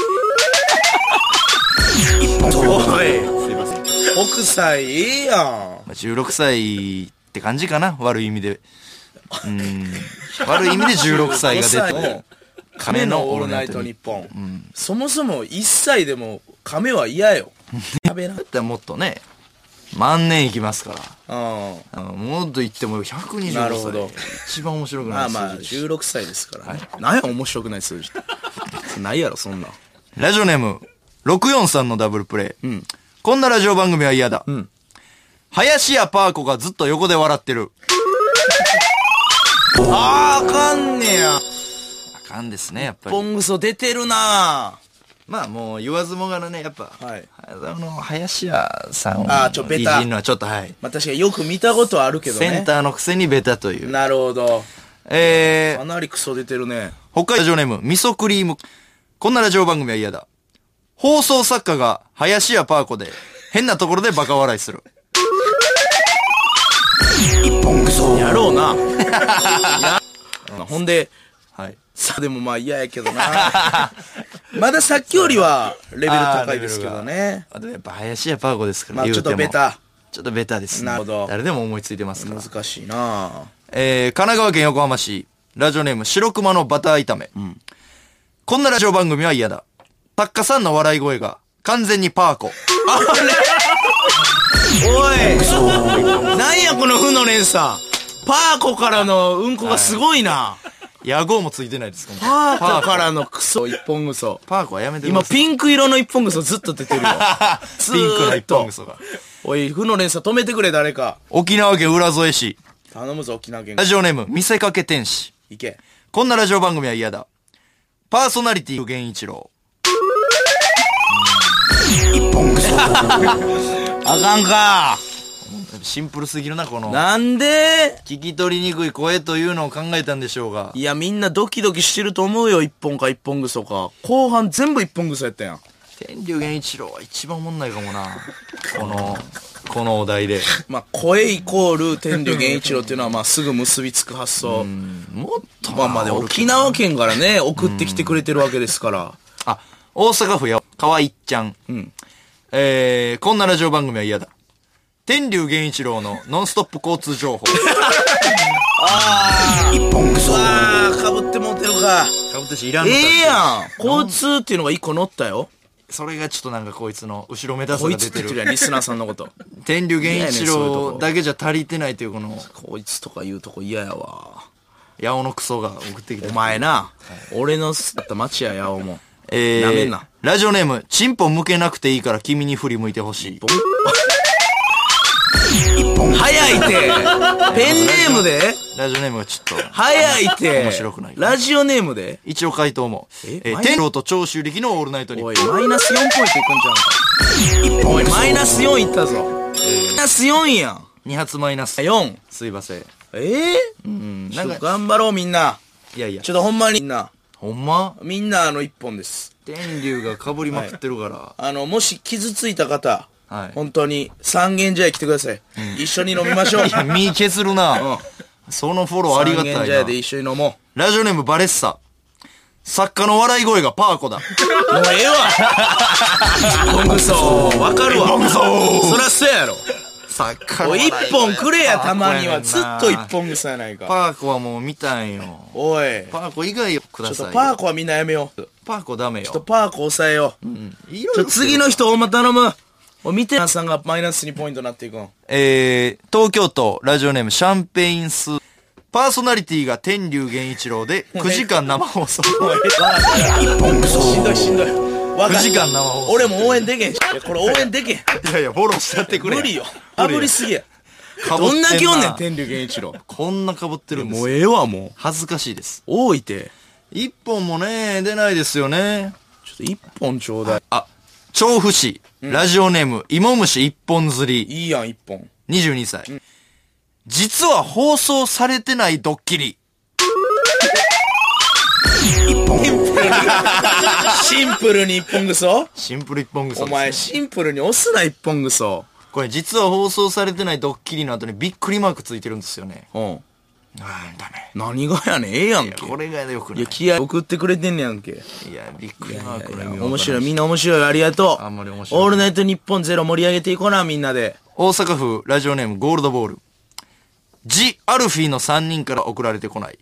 おい。すいません。北斎いいやん。 じゅうろくさいって感じかな、悪い意味で。うん。悪い意味でじゅうろくさいが出て。 亀のオールナイトニッポン。うん、そもそもいっさいでも亀は嫌よ。 食べなかったらもっとね、万年いきますから。うん。もっと言ってもひゃくにじゅうごさい。なるほど。一番面白くない数字。 まあまあ、じゅうろくさいですからね。はい、何や面白くない数字。ないやろ、そんな。 ラジオネーム、ろくよんさんのダブルプレイ。うん。こんなラジオ番組は嫌だ。うん。林家パー子がずっと横で笑ってる。 あー、あかんねや。 あかんですね、やっぱり。 一本ぐそ出てるなぁ。 まあもう言わずもがなね、やっぱ。はい。あの、林家さんを。 あー、ちょ、ベタ。 いじるのはちょっと、はい。 まあ確かによく見たことあるけどね。 センターのくせにベタという。 なるほど。 えー。 かなりクソ出てるね。 北海道ラジオネーム、味噌クリーム。こんなラジオ番組は嫌だ。 放送作家が林家パー子で変なところでバカ笑いする。 一本ぐそやろうな。ほんで、 はい。 さあでもまあ嫌やけどな。まださっきよりはレベル高いですけどね。 あとやっぱ林家パー子ですから、 まあちょっとベタ。 ちょっとベタですね。 なるほど。 誰でも思いついてますから。 難しいな。 えー、神奈川県横浜市、ラジオネーム白熊のバター炒め。うん、こんなラジオ番組は嫌だ。作家さんの笑い声が完全にパー子。あれおいなんやこの負の連鎖。パー子からのうんこがすごいな。 野号もついてないですか。 パー子からのクソ一本ぐそ。 パー子はやめてください。 今ピンク色の一本ぐそずっと出てるよ。 ピンクの一本ぐそが。 おい、負の連鎖止めてくれ誰か。 沖縄県浦添市。 頼むぞ沖縄県。 ラジオネーム見せかけ天使。 いけ。 こんなラジオ番組は嫌だ。パーソナリティ源一郎。 一本ぐそ。あかんか。 シンプルすぎるな、この。 なんで聞き取りにくい声というのを考えたんでしょうが。 いや、みんなドキドキしてると思うよ、一本か一本ぐそか。後半全部一本ぐそやったやん。 天竜源一郎は一番おもんないかもな。この、このお題で。 まあ、声イコール天竜源一郎っていうのは、まあ、すぐ結びつく発想。 もっと。 まあまあで、沖縄県からね、送ってきてくれてるわけですから。 あ、大阪府や、河合いっちゃん。うん。えー、こんなラジオ番組は嫌だ。天竜源一郎のノンストップ交通情報。 あー。一本ぐそ。あー、被ってもうてるか。 被ってしいらんのええやん。交通っていうのが一個乗ったよ。 それがちょっとなんかこいつの後ろめたさが出てる。 こいつって言ってるやん、リスナーさんのこと。 天竜源一郎だけじゃ足りてないというこの。 こいつとか言うとこ嫌やわ。 八尾のクソが送ってきて。 お前な。はい、俺のすった町や八尾も。 えー、なめんな。ラジオネーム、チンポ向けなくていいから君に振り向いてほしい。 早いて。ペンネームでラジオネームがちょっと。 早いて。 面白くない。 ラジオネームで一応回答も。え、えー、天狼と長州力のオールナイトに。 おい、マイナスよんポイントいくんちゃうんか。おい、マイナスよんいったぞ。えー、マイナスよんやん。 に発マイナス。 よん。 すいません。 えー、うん。なんか頑張ろうみんな。 いやいや。 ちょっとほんまにみんな。 ほんまみんなあの一本です。 天竜が被りまくってるから。はい、 あの、もし傷ついた方。はい、本当に三軒茶屋来てください、うん、一緒に飲みましょう。いや身削るな、うん、そのフォローありがたいな。 三軒茶屋で一緒に飲もう。ラジオネームバレッサ。作家の笑い声がパー子だ。もうええわ。一本ぐそわかるわ。一本ぐそそらそうやろ。 作家の一本くれや。たまにはずっと一本ぐそやないか。 パー子はもう見たんよ。 おいパー子以外ください。 ちょっとパー子はみんなやめよう。 パー子ダメよ。 ちょっとパー子抑えよう、うん、ちょ次の人おま頼む。お見てなさんがマイナスにポイントになっていくの。 えー、東京都ラジオネームシャンペインス。パーソナリティが天竜源一郎でくじかん生放送。しんどいしんどい。 くじかん生放送。 俺も応援でけん。これ応援でけん。いやいや、フォローしちゃってくれ。 無理よ。かぶりすぎや。どんだけおんねん、天竜源一郎。 こんな被ってるんですよ。 もうええわ、もう。 恥ずかしいです。 多いて。 一本もね、出ないですよね。 ちょっと一本ちょうだい。 あ、調布市。ラジオネーム、芋虫一本釣り。 いいやん、一本。 にじゅうにさい。うん、実は放送されてないドッキリ。 一本。シンプルに一本ぐそシンプル一本ぐそ。 お前、シンプルに押すな一本ぐそ。 これ実は放送されてないドッキリの後にびっくりマークついてるんですよね。うん。ああ、ダメ。 何がやねん、ええやんけ。 これがよくない。 いや、気合送ってくれてんねやんけ。 いや、びっくりマークね。 面白い、みんな面白い、ありがとう。 あんまり面白い。 オールナイトニッポンゼロ盛り上げていこうな、みんなで。 大阪府ラジオネームゴールドボール。ジ・アルフィーのさんにんから送られてこない。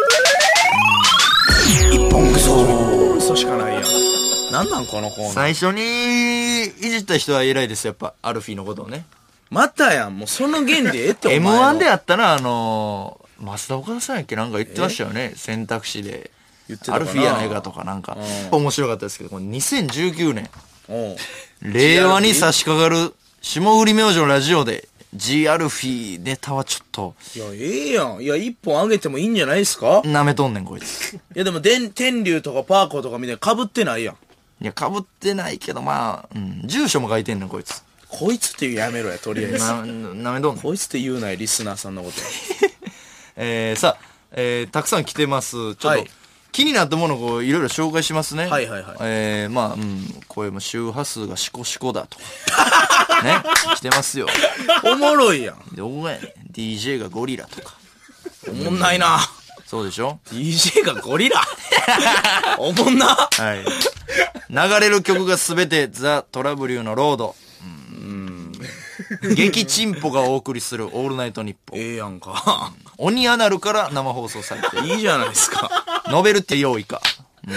一本ぐそ。嘘しかないやん。なんなんこのコーナー。 最初にいじった人は偉いです、やっぱ、アルフィーのことをね。 またやん、もうその原理ええってお前。 エムワン でやったら、あのー、増田岡田さんやっけなんか言ってましたよね。選択肢で。言ってたかな。アルフィーやないかとかなんか。面白かったですけど、これにせんじゅうきゅうねん。令和に差し掛かる霜降り明星のラジオで G アルフィーネタはちょっと。 いや、ええやん。いや、一本あげてもいいんじゃないですか。 舐めとんねん、こいつ。 いや、でも、でん、天竜とかパーコとかみたいに被ってないやん。 いや、被ってないけど、まあ、うん。住所も書いてんねん、こいつ。 こいつって言うやめろや、とりあえず。 な、なめとんねん。 こいつって言うない、リスナーさんのこと。 えー、さあ、えー、たくさん来てます。ちょっと、はい、 気になったものをこういろいろ紹介しますね。 はいはいはい。 えー、まあ、うん、声も周波数がシコシコだとか。ね、来てますよ。 おもろいやん。 どこやねん。ディージェー がゴリラとか。 おもんないな。 そうでしょ？ ディージェー がゴリラおもんな。 はい。流れる曲がすべてザ・トラブリューのロード。うん。激チンポがお送りするオールナイトニッポン。 ええやんか。 鬼アナルから生放送されてる。 いいじゃないですか。 ノベルティ用意か。うん。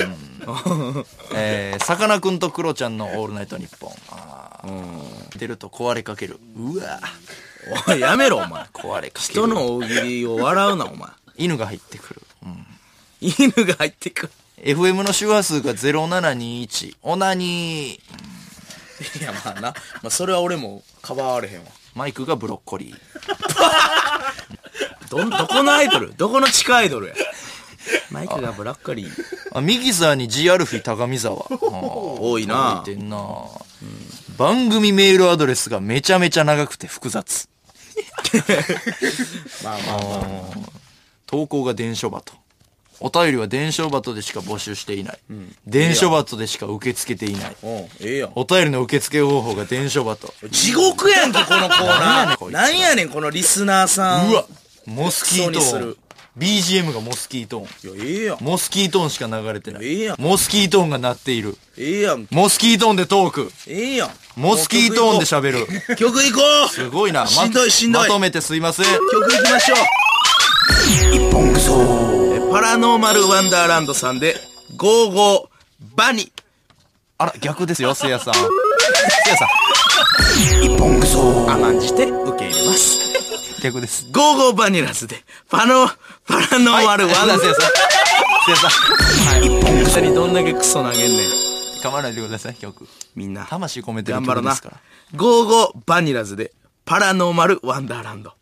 えー、さかなクンとクロちゃんのオールナイトニッポン。ああ。うん。出ると壊れかける。うわおい、やめろ、お前。 壊れかける。 人の大喜利を笑うな、お前。 犬が入ってくる。うん。 犬が入ってくる。 エフエム の周波数がゼロななにいち。オナニー。いや、まあな。まあ、それは俺もかばわれへんわ。 マイクがブロッコリー。 ど、どこのアイドルどこの地下アイドルや。マイクがブロッコリー。 あ、ミキサーに G アルフィ高見沢。 多いな。 書いてんな、うん。番組メールアドレスがめちゃめちゃ長くて複雑。まあまあまあ。投稿が伝書バト。お便りは伝書バトでしか募集していない。うん、伝書バトでしか受け付けていない。 お, ええやんお便りの受付方法が伝書バト。 地獄やんけ、このコーナー。なんやねん、このリスナーさん。 うわ、モスキートーン。ビージーエム がモスキートーン。 いや、ええやん。 モスキートーンしか流れてない。 ええやん。 モスキートーンが鳴っている。 ええやん。 モスキートーンでトーク。 ええやん。 モスキートーンで喋る。 曲いこう。 すごいな。 しんどいしんどい。 まとめてすいません。 曲いきましょう。一本くそ。パラノーマルワンダーランドさんで、ゴーゴーバニ。 あら、逆ですよ、せいやさん。せいやさん。一本くそ。 甘んじて受け入れます。 逆です。 ゴーゴーバニラズで、パノ、パラノーマルワンダー。 せいやさん。せいやさん。 はい。一本くそにどんだけクソ投げんねん。 噛まないでください、曲。 みんな。 魂込めてる曲ですから。 ゴーゴーバニラズで、パラノーマルワンダーランド。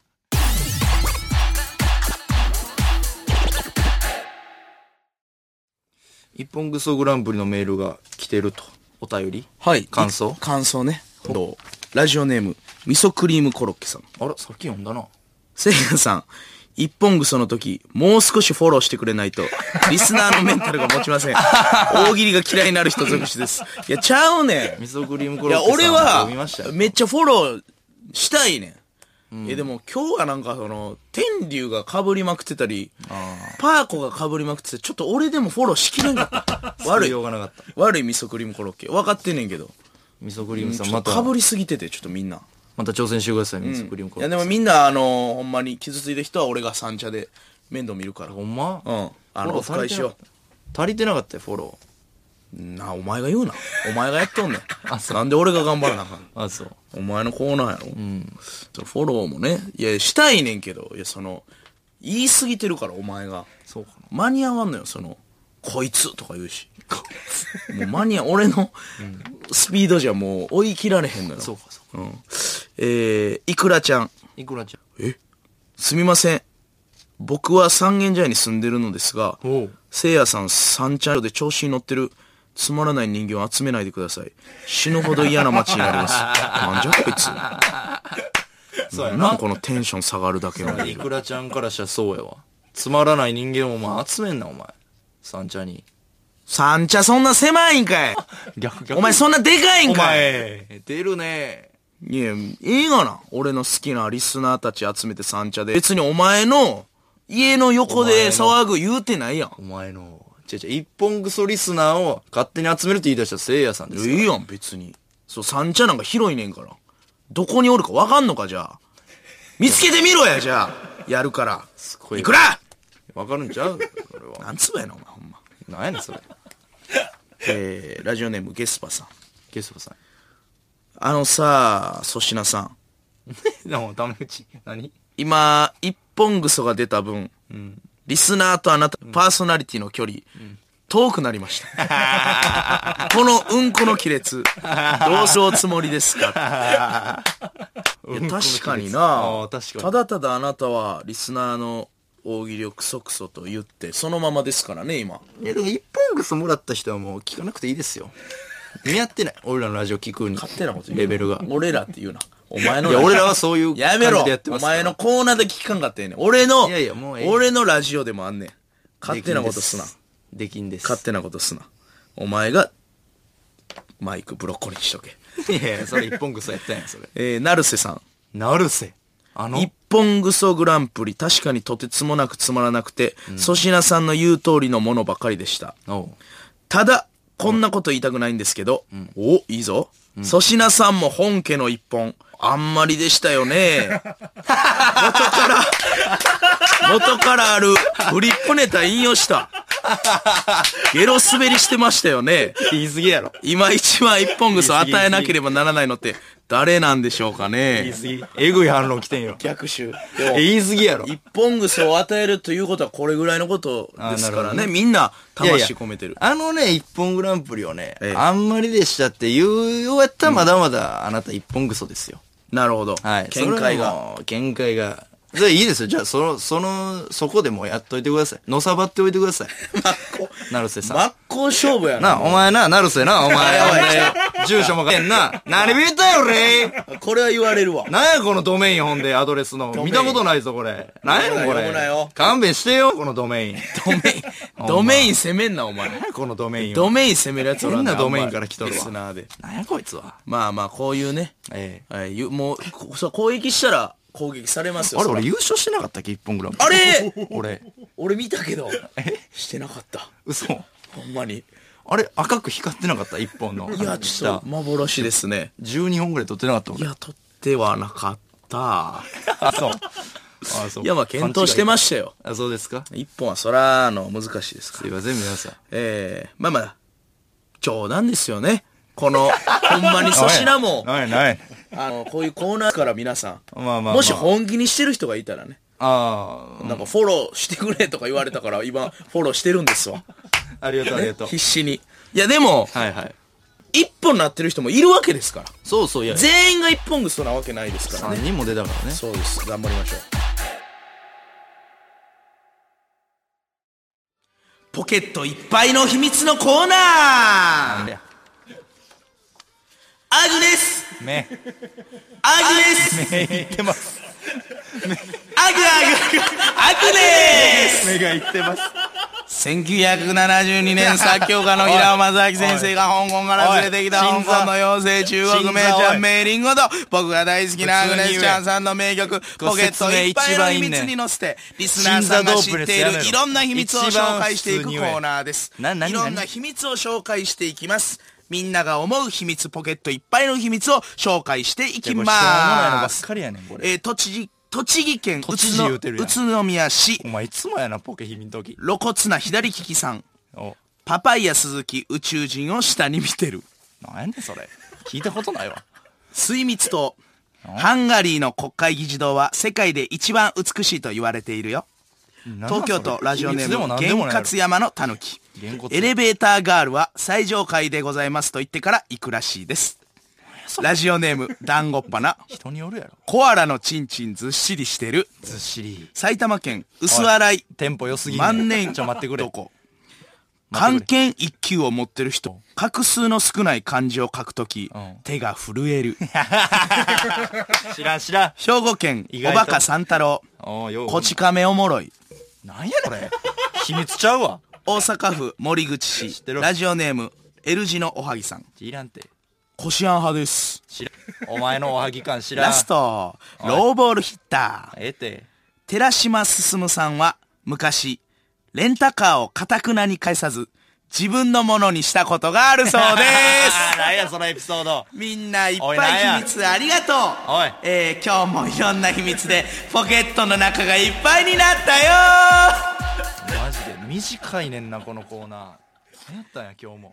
一本ぐそグランプリのメールが来てると。お便り、 はい。 感想感想ね。どうラジオネーム、味噌クリームコロッケさん。 あら、さっき読んだな。 せいやさん、一本ぐその時、もう少しフォローしてくれないと、リスナーのメンタルが持ちません。大喜利が嫌いになる人続出です。いや、ちゃうねん。 味噌クリームコロッケさん。 いや、俺は、めっちゃフォローしたいねん。うん、え、でも今日はなんかその、天竜が被りまくってたり、パーコが被りまくってて、ちょっと俺でもフォローしきれんかった。悪い。 がなかった悪い味噌クリームコロッケ。分かってんねんけど。 味噌クリームさんまた。 被りすぎてて、ちょっとみんな。 また挑戦してください、味噌クリームコロッケ。 いやでもみんな、あのー、ほんまに傷ついた人は俺が三茶で面倒見るから。 ほんまうん。あの、オフ会しよう。足りてなかったよ、フォロー。 なあ、お前が言うな。お前がやっとんねん。あ、そう。なんで俺が頑張らなあかんの。 あ、そう。 お前のコーナーやろ。うん。そのフォローもね、いや、したいねんけど、いや、その、言い過ぎてるから、お前が。 そうかな。 間に合わんのよ、その、こいつとか言うし。もう間に合う、俺の、スピードじゃもう追い切られへんのよ。 そうか、そうか。うん。 えー、いくらちゃん。 いくらちゃん。えすみません。僕は三軒茶屋に住んでるのですが、せいやさん三茶で調子に乗ってる、つまらない人間を集めないでください。死ぬほど嫌な街になります。なんじゃこいつ。そうやな。なんこのテンション下がるだけの。 いくらちゃんからしたらそうやわ。つまらない人間をお前集めんな、お前。三茶に。 三茶そんな狭いんかい。 逆逆。 お前そんなでかいんかい。 お前、出るね。 いや、いいがな。俺の好きなリスナーたち集めて三茶で。別にお前の家の横で騒ぐ言うてないやん。 お前の。違う違う、一本ぐそリスナーを勝手に集めるって言い出したらせいやさんですから。 いいやん、別に。そう、三茶なんか広いねんから。どこにおるかわかんのか、じゃあ。見つけてみろや、じゃあ。やるから。すごい。いくらわかるんちゃうそれは。 なんつばやな、お前、ほんま。 なんやねん、それ。 えー、ラジオネームゲスパさん。 ゲスパさん。 あのさ、粗品さん。 でも、ダメ口。何今、一本ぐそが出た分、うん、リスナーとあなた、パーソナリティの距離、うん、遠くなりました。このうんこの亀裂、どうするおつもりですか。いや確かにな。確かに。ただただあなたはリスナーの大喜利をクソクソと言って、そのままですからね、今。 いや、でも一本ぐそもらった人はもう聞かなくていいですよ。似合ってない。俺らのラジオ聞くに。 勝手なこと言う。 レベルが。 俺らって言うな。お前の。 いや、俺らはそういう感じでやってます。 やめろ。お前のコーナーで聞かんかったよね。俺の、いやいやもうええ俺のラジオでもあんねん。勝手なことすな。 できんです。 勝手なことすな。お前が、マイクブロッコリーにしとけ。 いやいや、それ一本ぐそやったんや、それ。 えー、成瀬さん。 成瀬。あの一本ぐそグランプリ、確かにとてつもなくつまらなくて、粗品さんの言う通りのものばかりでした。 おうただ、こんなこと言いたくないんですけど、お、いいぞ。粗品さんも本家の一本、あんまりでしたよね。元から、元からあるフリップネタ引用した。ゲロ滑りしてましたよね。 言い過ぎやろ。 今一番一本ぐそ与えなければならないのって誰なんでしょうかね。 言い過ぎ。えぐい反論来てんよ。 逆襲。 え、言い過ぎやろ。 一本ぐそを与えるということはこれぐらいのことですからね。みんな魂込めてる。 あのね、一本グランプリをね、 ええあんまりでしたって言うようやったらまだまだあなた一本ぐそですよ。 なるほど。 はい。 見解が。 が。見解が。じゃあいいですよ。じゃあ、その、その、そこでもうやっといてください。のさばっておいてください。 真っ向。 成瀬さん。 真っ向勝負やな。 な、お前な、成瀬な、お前。やばい。住所も書けんな。何見たよ、れこれは言われるわ。 なんや、このドメイン、ほんで、アドレスの。見たことないぞ、これ。なんや、こ読むなれよ。 勘弁してよ、このドメイン。 ドメイン、ドメイン攻めんな、お前。 なんや、このドメインは。 ドメイン攻めるやつおらん変なドメインから来とるわリスナーで。 なんや、こいつは。 まあまあ、こういうね。 ええ。 はい、ゆもう、こそう攻撃したら攻撃されますよ。 あれ、 そら俺優勝してなかったっけ、一本グランプリ。 あれ俺。 俺見たけど、してなかった。 嘘。 ほんまに。 あれ、赤く光ってなかった一本の。 いや、ちょっと幻ですね。 じゅうにほんぐらい取ってなかったもん。 いや、取ってはなかった。 あ、そう。あ、そう。 いや、まあ、検討してましたよ。 あ、そうですか。 一本はそら、あの、難しいですから。 すいません、皆さん。 ええまあまあ、冗談ですよね。この、ほんまに粗品も、 ないない。 あの、こういうコーナーから皆さん、 まあまあまあもし本気にしてる人がいたらね、 あなんかフォローしてくれとか言われたから今フォローしてるんですわ。 あ。ありがとう、ありがとう。 必死に。いやでも、 はいはい。 一本なってる人もいるわけですから。 そうそう、いや、 全員が一本ぐそなわけないですからね。 さんにんも出たからね。 そうです。頑張りましょう。ポケットいっぱいの秘密のコーナー。アグネス目。 アグネス目いってます。 アグアグアグネス目がいってます。 せんきゅうひゃくななじゅうにねん作曲家の平尾正明先生が香港から連れてきた香港の妖精中国名ちゃんメイリンゴと僕が大好きなアグネスちゃんさんの名曲ポケットいっぱいの秘密に乗せてリスナーさんが知っているいろんな秘密を紹介していくコーナーです。いろんな秘密を紹介していきます。みんなが思う秘密ポケットいっぱいの秘密を紹介していきます。 しょうもないのばっかりやねん、これ。 えー、栃木栃木県宇都知事言うてるやん都宮市お前いつもやな、ポケ秘密の時。 露骨な左利きさん。 お、 パパイヤ鈴木宇宙人を下に見てる。 なんやねん、それ。聞いたことないわ。 水蜜島。ハンガリーの国会議事堂は世界で一番美しいと言われているよ。東京都ラジオネーム玄勝山のたぬき。エレベーターガールは最上階でございますと言ってから行くらしいです。ラジオネーム団子っ鼻。 人によるやろ。 コアラのチンチンずっしりしてる。 ずっしり。 埼玉県薄洗いテンポ良すぎる。 万年ちょ、待ってくれ。 どこ漢検一級を持ってる人、画数の少ない漢字を書くとき、 うん手が震える。 知らん知らん。 兵庫県おバカ三太郎。 おーようこち亀おもろい。 なんやこれ。秘密ちゃうわ。 大阪府森口市てるラジオネーム L 字のおはぎさん。 知らんて。 こしあん派です。 知らん。お前のおはぎ感知らん。 ラストローボールヒッター。 ええて。 寺島進さんは昔レンタカーを堅くなに返さず自分のものにしたことがあるそうであー、なんやそのエピソード。 す。みんないっおいなんやぱい秘密ありがとう。 おいえー、今日もいろんな秘密でポケットの中がいっぱいになったよマジで短いねんな、このコーナー。何やったんや今日も。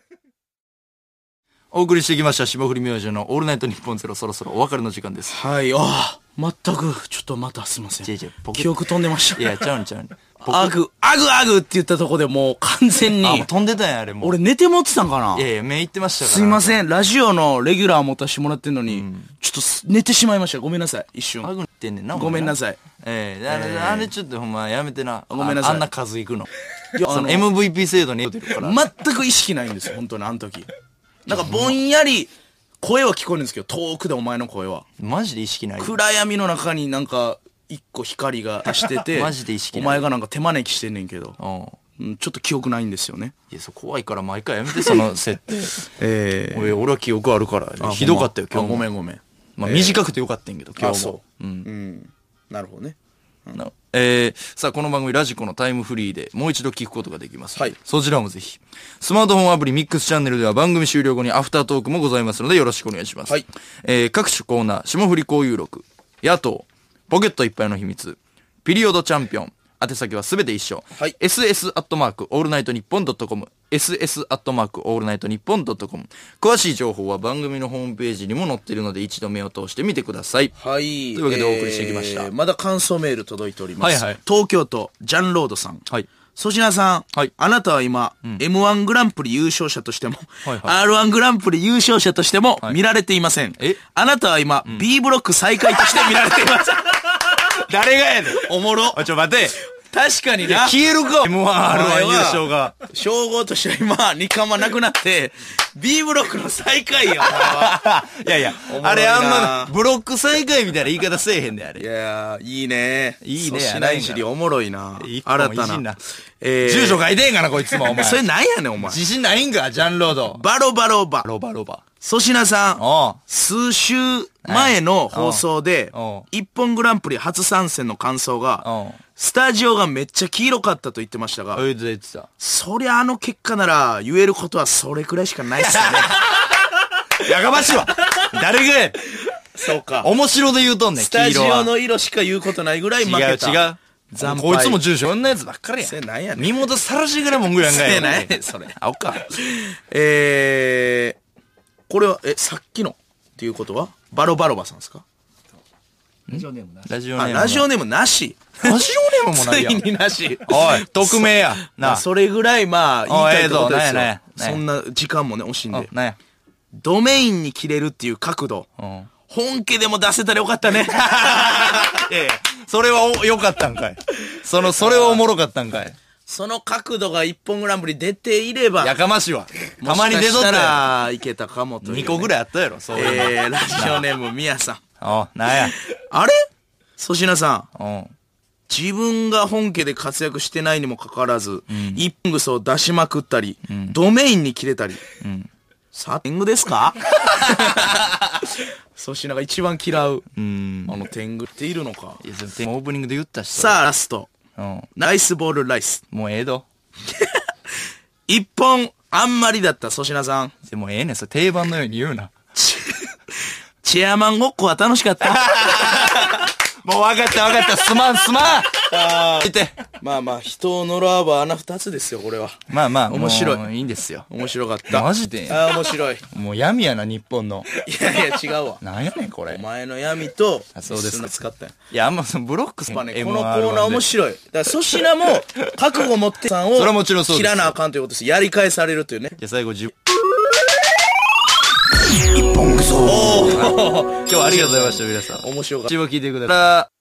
お送りしてきました霜降り明星のオールナイトニッポンゼロ、そろそろお別れの時間です。 はい、ああ全くちょっとまたすいません。 違う違うポケ記憶飛んでました。 いや、ちゃうんちゃうん。 アグアグアグって言ったとこでもう完全あ、もにう飛んでたんや、あれもう。 俺寝て持ってたんかないやいや、目いってましたから。 すいまん。 せん、ラジオのレギュラー持たせてもらってんのに、ちょっとす寝てしまいました。ごめんなさい、一瞬。 あぐってんねんな。 ごめんなさい。 さい。 ええ、あれ、あれちょっとほんまやめてな。 ごめんなさいああんな数いくの。 いやあのその エムブイピー 制度に出てるから。 全く意識ないんですよ、本当にあの時。なんかぼんやり声は聞こえるんですけど、遠くでお前の声は。 マジで意識ない。 暗闇の中になんか一個光が足してて、 マジで意識ないお前がなんか手招きしてんねんけど、 うん。 うん、ちょっと記憶ないんですよね。 いや、そう怖いから毎回やめて、その設定。 えー、俺は記憶あるから。ひどかったよ、今日も。 ごめんごめん。 まあ、短くてよかったんけど、今日も。あ、 そう。うん。うん。なるほどね。 うん、えー、さあ、この番組ラジコのタイムフリーでもう一度聞くことができます。はい。そちらもぜひ。スマートフォンアプリミックスチャンネルでは番組終了後にアフタートークもございますのでよろしくお願いします。はい。えー、各種コーナー、霜降り交友録、野党、ポケットいっぱいの秘密、ピリオドチャンピオン、宛先はすべて一緒。はい。エスエス アットマーク、オールナイトニッポンドットコム。エスエス アットマーク、オールナイトニッポンドットコム。詳しい情報は番組のホームページにも載っているので一度目を通してみてください。 はい。 というわけでお送りしてきました。 えー、まだ感想メール届いております。 はいはい。 東京都、ジャンロードさん。はい。粗品さん。はい。あなたは今、うん、エムワン グランプリ優勝者としても、はいはい、アールワン グランプリ優勝者としても見られていません。はい、えあなたは今、うん、B ブロック最下位として見られています。 誰がやねん。 おもろ。 ちょ、待て。 確かにな。 消えるか エムワン アールワン 優勝が。 称号としては今、に冠なくなって、B ブロックの最下位よ、お前は。 いやいや、あれあんま、ブロック最下位みたいな言い方せえへんで、あれ。 いやいいね。 いいね。 粗品いじりおもろいな。新たな。 えー、住所書いてんかな、こいつも、お前。 それなんやねん、お前。 自信ないんか、ジャンロード。 バロバロバ。 バロバロバ。 粗品さん、数週前の放送で、一本グランプリ初参戦の感想が、スタジオがめっちゃ黄色かったと言ってましたが、 言ってた。 そりゃあの結果なら言えることはそれくらいしかないっすよね。 やがましいわ。誰がや。 そうか。 面白で言うとんねん、 スタジオの色しか言うことないぐらい負けた。 違う違う。こいつも住所女やつばっかりやん。 それなんやねん。 身元さらしぐらいもんぐらいんがや。 それなんやねん、それ。 あおか。 えー、これは、え、さっきのっていうことはバロバロバさんですか？ ラジオネームなし。ラジオネーム。 ラジオネームなし。 ラジオネームもないやん。 ついになし。 おい、匿名や。 なあ。それぐらいまあ、言いたいってことですよ。 なんやそんな時間もね、惜しんで。 なんや。 ドメインに切れるっていう角度。本家でも出せたらよかったね。 いやいや、それは良かったんかい。その、それはおもろかったんかい。 その角度が一本グランプリ出ていれば。 やかましいわ。たまに出とったらいけたかもという、ね。 にこぐらいあったやろ、そういう。 えー、ラジオネームみやさん。 あ、なんや。 あれ粗品さん。うん。自分が本家で活躍してないにもかかわらず、うん、一本グソを出しまくったり、うん、ドメインに切れたり。うん。さあ、天狗ですか？粗品が一番嫌う。うん。あの天狗っているのか。 いや、それオープニングで言ったし。 さあ、ラスト。うん、ライスボールライス。 もうええど。 一本あんまりだった粗品さん。 でもええねん、それ定番のように言うな。 チェアマンごっこは楽しかった。 もう分かった分かった。すまんすまん。ああ。て。 まあまあ、人を呪わば穴二つですよ、これは。 まあまあ、 面白い。 いいんですよ。 面白かった。 マジで。 ああ、面白い。 もう闇やな、日本の。 いやいや、違うわ。 なんやねん、これ。 お前の闇と、 あ、そうです。 使ったよ。 いや、あんまそのブロックスやっぱね、このコーナー面白い。だから粗品も、覚悟持ってさんを、 それはもちろんそうです。 切らなあかんということです。やり返されるというね。 じゃあ最後、じゅう。 一本くそ。 おー。今日はありがとうございました、皆さん。 面白かった。 一応聞いてください。